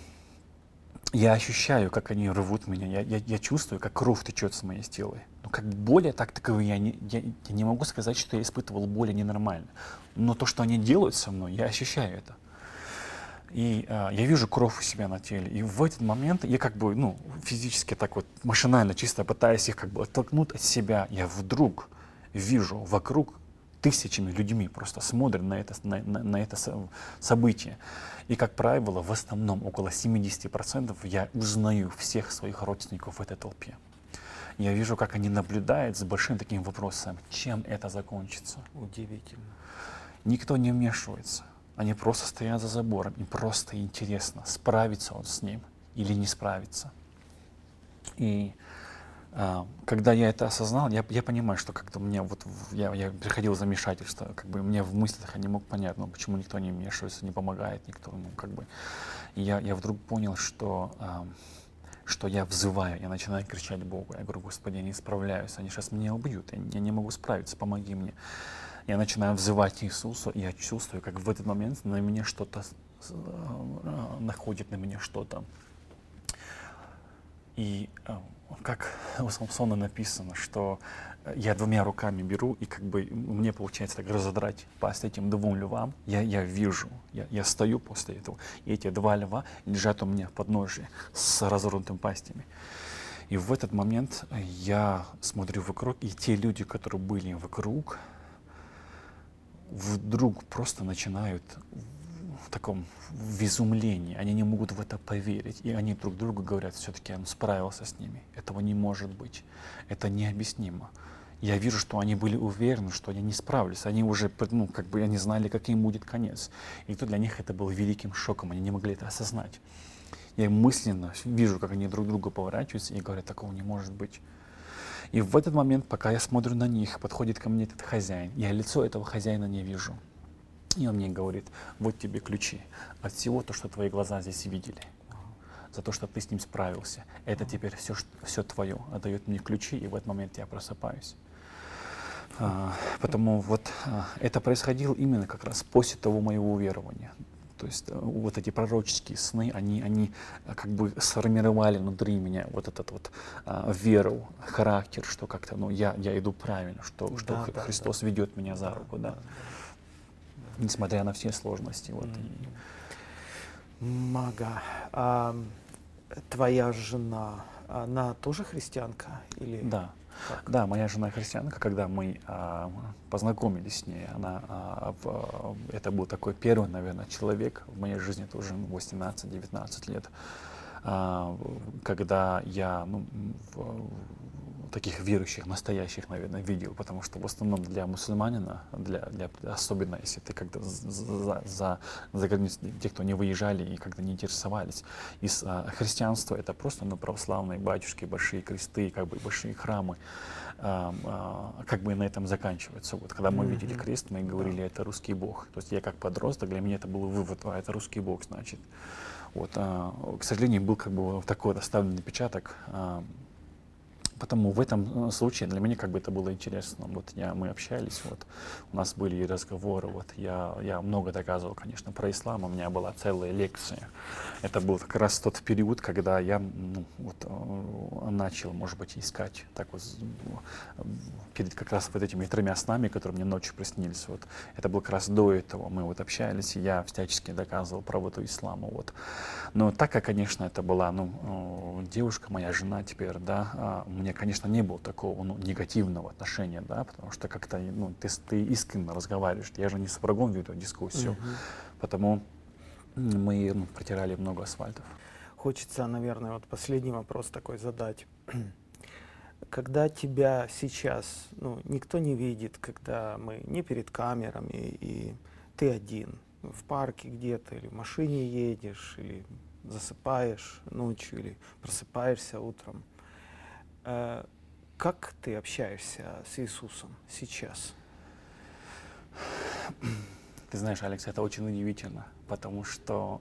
я ощущаю, как они рвут меня, я чувствую, как кровь течет с моей тела. Но как боли таковые, я не могу сказать, что я испытывал боли ненормально. Но то, что они делают со мной, я ощущаю это. И я вижу кровь у себя на теле. И в этот момент я как бы, физически так вот машинально, чисто пытаясь их как бы оттолкнуть от себя, я вдруг вижу вокруг тысячами людьми, просто смотрят на это событие. И, как правило, в основном около 70% я узнаю всех своих родственников в этой толпе. Я вижу, как они наблюдают с большим таким вопросом, чем это закончится. Удивительно. Никто не вмешивается. Они просто стоят за забором. Им просто интересно, справится он с ним или не справится. И когда я это осознал, я понимаю, что как-то мне я приходил в замешательство, как бы мне в мыслях я не мог понять, почему никто не вмешивается, не помогает никто, как бы. И я вдруг понял, что я взываю, я начинаю кричать Богу, я говорю, Господи, я не справляюсь, они сейчас меня убьют, я не могу справиться, помоги мне. Я начинаю взывать Иисусу, и я чувствую, как в этот момент на меня что-то находит, на меня что-то. И как у Самсона написано, что я двумя руками беру, и как бы мне получается так разодрать пасть этим двум львам. Я вижу, я стою после этого, и эти два льва лежат у меня в подножии с разорванными пастями. И в этот момент я смотрю вокруг, и те люди, которые были вокруг, вдруг просто начинают в таком изумлении, они не могут в это поверить, и они друг другу говорят, все-таки он справился с ними, этого не может быть, это необъяснимо. Я вижу, что они были уверены, что они не справились, они уже, как бы они знали, каким будет конец, и то для них это было великим шоком, они не могли это осознать. Я мысленно вижу, как они друг к другу поворачиваются и говорят, такого не может быть. И в этот момент, пока я смотрю на них, подходит ко мне этот хозяин, я лицо этого хозяина не вижу. И он мне говорит, вот тебе ключи от всего то, что твои глаза здесь видели, за то, что ты с ним справился. Это теперь все твое. Отдает мне ключи, и в этот момент я просыпаюсь. Потому вот это происходило именно как раз после того моего уверования. То есть вот эти пророческие сны, они как бы сформировали внутри меня вот этот вот веру, характер, что как-то, ну, я иду правильно, что Христос ведет меня за руку, да. Несмотря на все сложности. Вот. Мага, твоя жена, она тоже христианка? Или Да. как? Да, моя жена христианка, когда мы познакомились с ней, это был такой первый, наверное, человек в моей жизни, это уже 18-19 лет, когда я таких верующих, настоящих, наверное, видел, потому что в основном для мусульманина, особенно если ты когда за границей, те, кто не выезжали и когда не интересовались, из христианства это просто православные батюшки, большие кресты, как бы большие храмы, как бы на этом заканчивается. Вот когда мы видели крест, мы говорили, это русский Бог. То есть я как подросток, для меня это был вывод, это русский Бог, значит. Вот, к сожалению, был как бы такой оставленный отпечаток. Потому в этом случае для меня как бы это было интересно. Вот мы общались, вот у нас были разговоры, вот я много доказывал, конечно, про ислам, у меня была целая лекция. Это был как раз тот период, когда я начал, может быть, искать так вот перед как раз вот этими 3 снами, которые мне ночью приснились. Вот это было как раз до этого. Мы вот общались, и я всячески доказывал правоту ислама. Вот. Но так как, конечно, это была девушка, моя жена теперь, да, мне, конечно, не было такого негативного отношения, да, потому что как-то ты искренне разговариваешь. Я же не с врагом веду дискуссию, потому мы протирали много асфальтов. Хочется, наверное, вот последний вопрос такой задать. Когда тебя сейчас никто не видит, когда мы не перед камерами, и ты один в парке где-то, или в машине едешь, или засыпаешь ночью, или просыпаешься утром, как ты общаешься с Иисусом сейчас? Ты знаешь, Алекс, это очень удивительно, потому что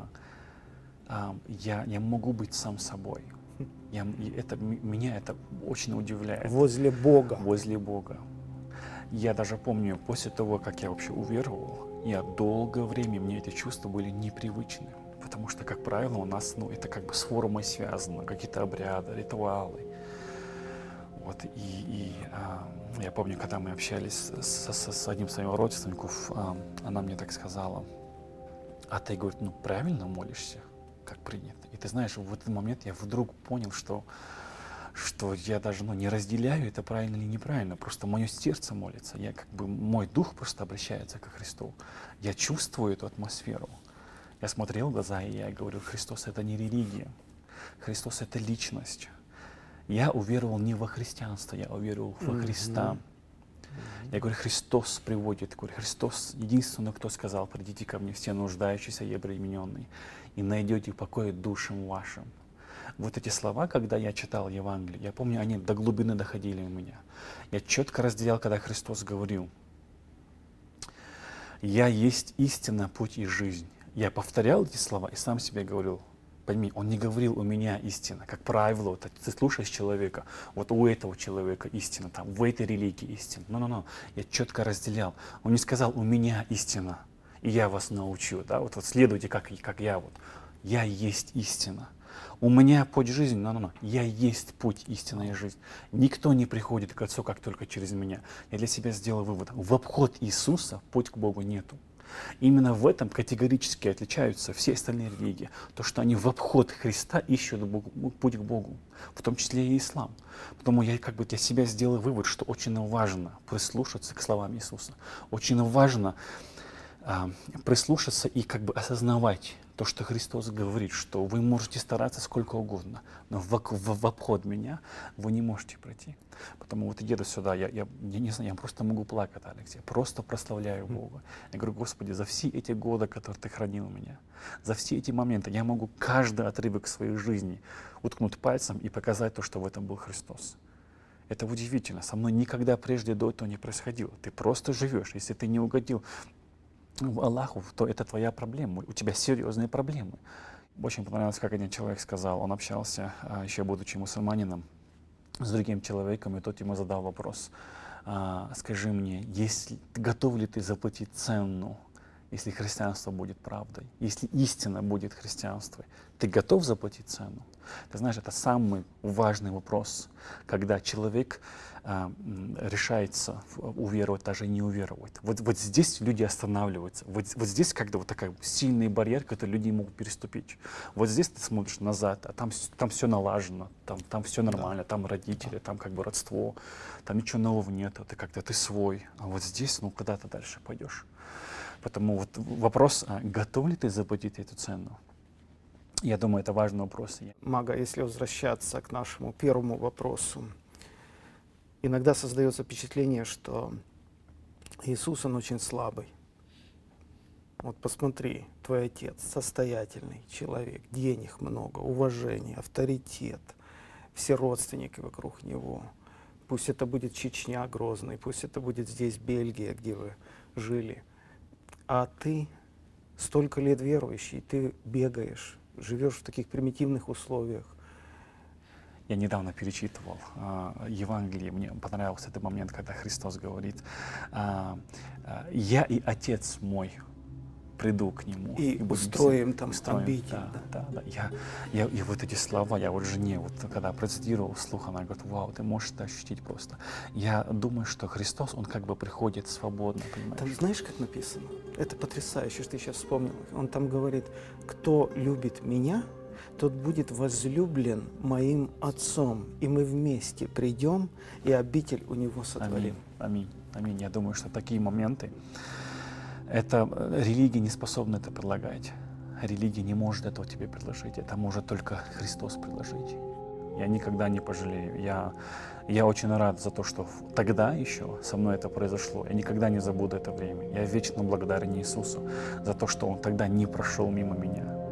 я могу быть сам собой. Меня это очень удивляет. Возле Бога. Возле Бога. Я даже помню, после того, как я вообще уверовал, я долгое время, мне эти чувства были непривычны. Потому что, как правило, у нас это как бы с формой связано, какие-то обряды, ритуалы. Вот, я помню, когда мы общались с одним из своих родственников, она мне так сказала: а ты, говорит, правильно молишься, как принято. И ты знаешь, в этот момент я вдруг понял, что я даже не разделяю, это правильно или неправильно, просто мое сердце молится, мой дух просто обращается ко Христу. Я чувствую эту атмосферу. Я смотрел в глаза, и я говорю: Христос — это не религия, Христос — это личность. Я уверовал не во христианство, я уверовал во Христа. Я говорю, Христос приводит, Христос единственный, кто сказал: придите ко мне все нуждающиеся и обремененные, и найдете покой душам вашим. Вот эти слова, когда я читал Евангелие, я помню, они до глубины доходили у меня. Я четко разделял, когда Христос говорил: я есть истина, путь и жизнь. Я повторял эти слова и сам себе говорил: пойми, он не говорил: у меня истина. Как правило, вот, ты слушаешь человека, вот у этого человека истина, там, в этой религии истина. Но. Я четко разделял. Он не сказал: у меня истина, и я вас научу. Да? Вот следуйте, как я. Вот. Я есть истина. У меня путь жизни, но. Я есть путь, истина и жизнь. Никто не приходит к Отцу, как только через меня. Я для себя сделал вывод: в обход Иисуса путь к Богу нету. Именно в этом категорически отличаются все остальные религии. То, что они в обход Христа ищут путь к Богу, в том числе и ислам. Потому я для себя сделал вывод, что очень важно прислушаться к словам Иисуса. Очень важно прислушаться и осознавать то, что Христос говорит, что вы можете стараться сколько угодно, но в обход меня вы не можете пройти. Потому вот еду сюда, я не знаю, я просто могу плакать, Алекс, я просто прославляю Бога. Я говорю: Господи, за все эти годы, которые Ты хранил меня, за все эти моменты, я могу каждый отрывок своей жизни уткнуть пальцем и показать то, что в этом был Христос. Это удивительно, со мной никогда прежде до этого не происходило. Ты просто живешь, если ты не угодил Аллаху, то это твоя проблема, у тебя серьезные проблемы. Очень понравилось, как один человек сказал, он общался, еще будучи мусульманином, с другим человеком, и тот ему задал вопрос: скажи мне, готов ли ты заплатить цену, если христианство будет правдой, если истина будет христианством? Ты готов заплатить цену? Ты знаешь, это самый важный вопрос, когда человек решается уверовать, даже не уверовать. Вот здесь люди останавливаются. Вот здесь как-то вот такой сильный барьер, который люди могут переступить. Вот здесь ты смотришь назад, а там все налажено, там все нормально, там родители, там как бы родство, там ничего нового нет, ты свой. А вот здесь, куда ты дальше пойдешь? Потому вот вопрос, готов ли ты заплатить эту цену? Я думаю, это важный вопрос. Мага, если возвращаться к нашему первому вопросу, иногда создается впечатление, что Иисус, Он очень слабый. Вот посмотри, твой отец состоятельный человек, денег много, уважения, авторитет, все родственники вокруг него. Пусть это будет Чечня, Грозный, пусть это будет здесь Бельгия, где вы жили. А ты столько лет верующий, ты бегаешь, живешь в таких примитивных условиях. Я недавно перечитывал Евангелие, мне понравился этот момент, когда Христос говорит: «Я и Отец мой приду к Нему». И устроим там обитель. Да. И вот эти слова, я вот жене, вот когда процитировал вслух, она говорит: вау, ты можешь это ощутить просто. Я думаю, что Христос, Он как бы приходит свободно, понимаешь? Там знаешь, как написано? Это потрясающе, что ты сейчас вспомнил. Он там говорит: кто любит меня, тот будет возлюблен моим Отцом, и мы вместе придем и обитель у Него сотворим. Аминь. Я думаю, что такие моменты, религия не способна это предлагать. Религия не может этого тебе предложить. Это может только Христос предложить. Я никогда не пожалею. Я очень рад за то, что тогда еще со мной это произошло. Я никогда не забуду это время. Я вечно благодарен Иисусу за то, что Он тогда не прошел мимо меня.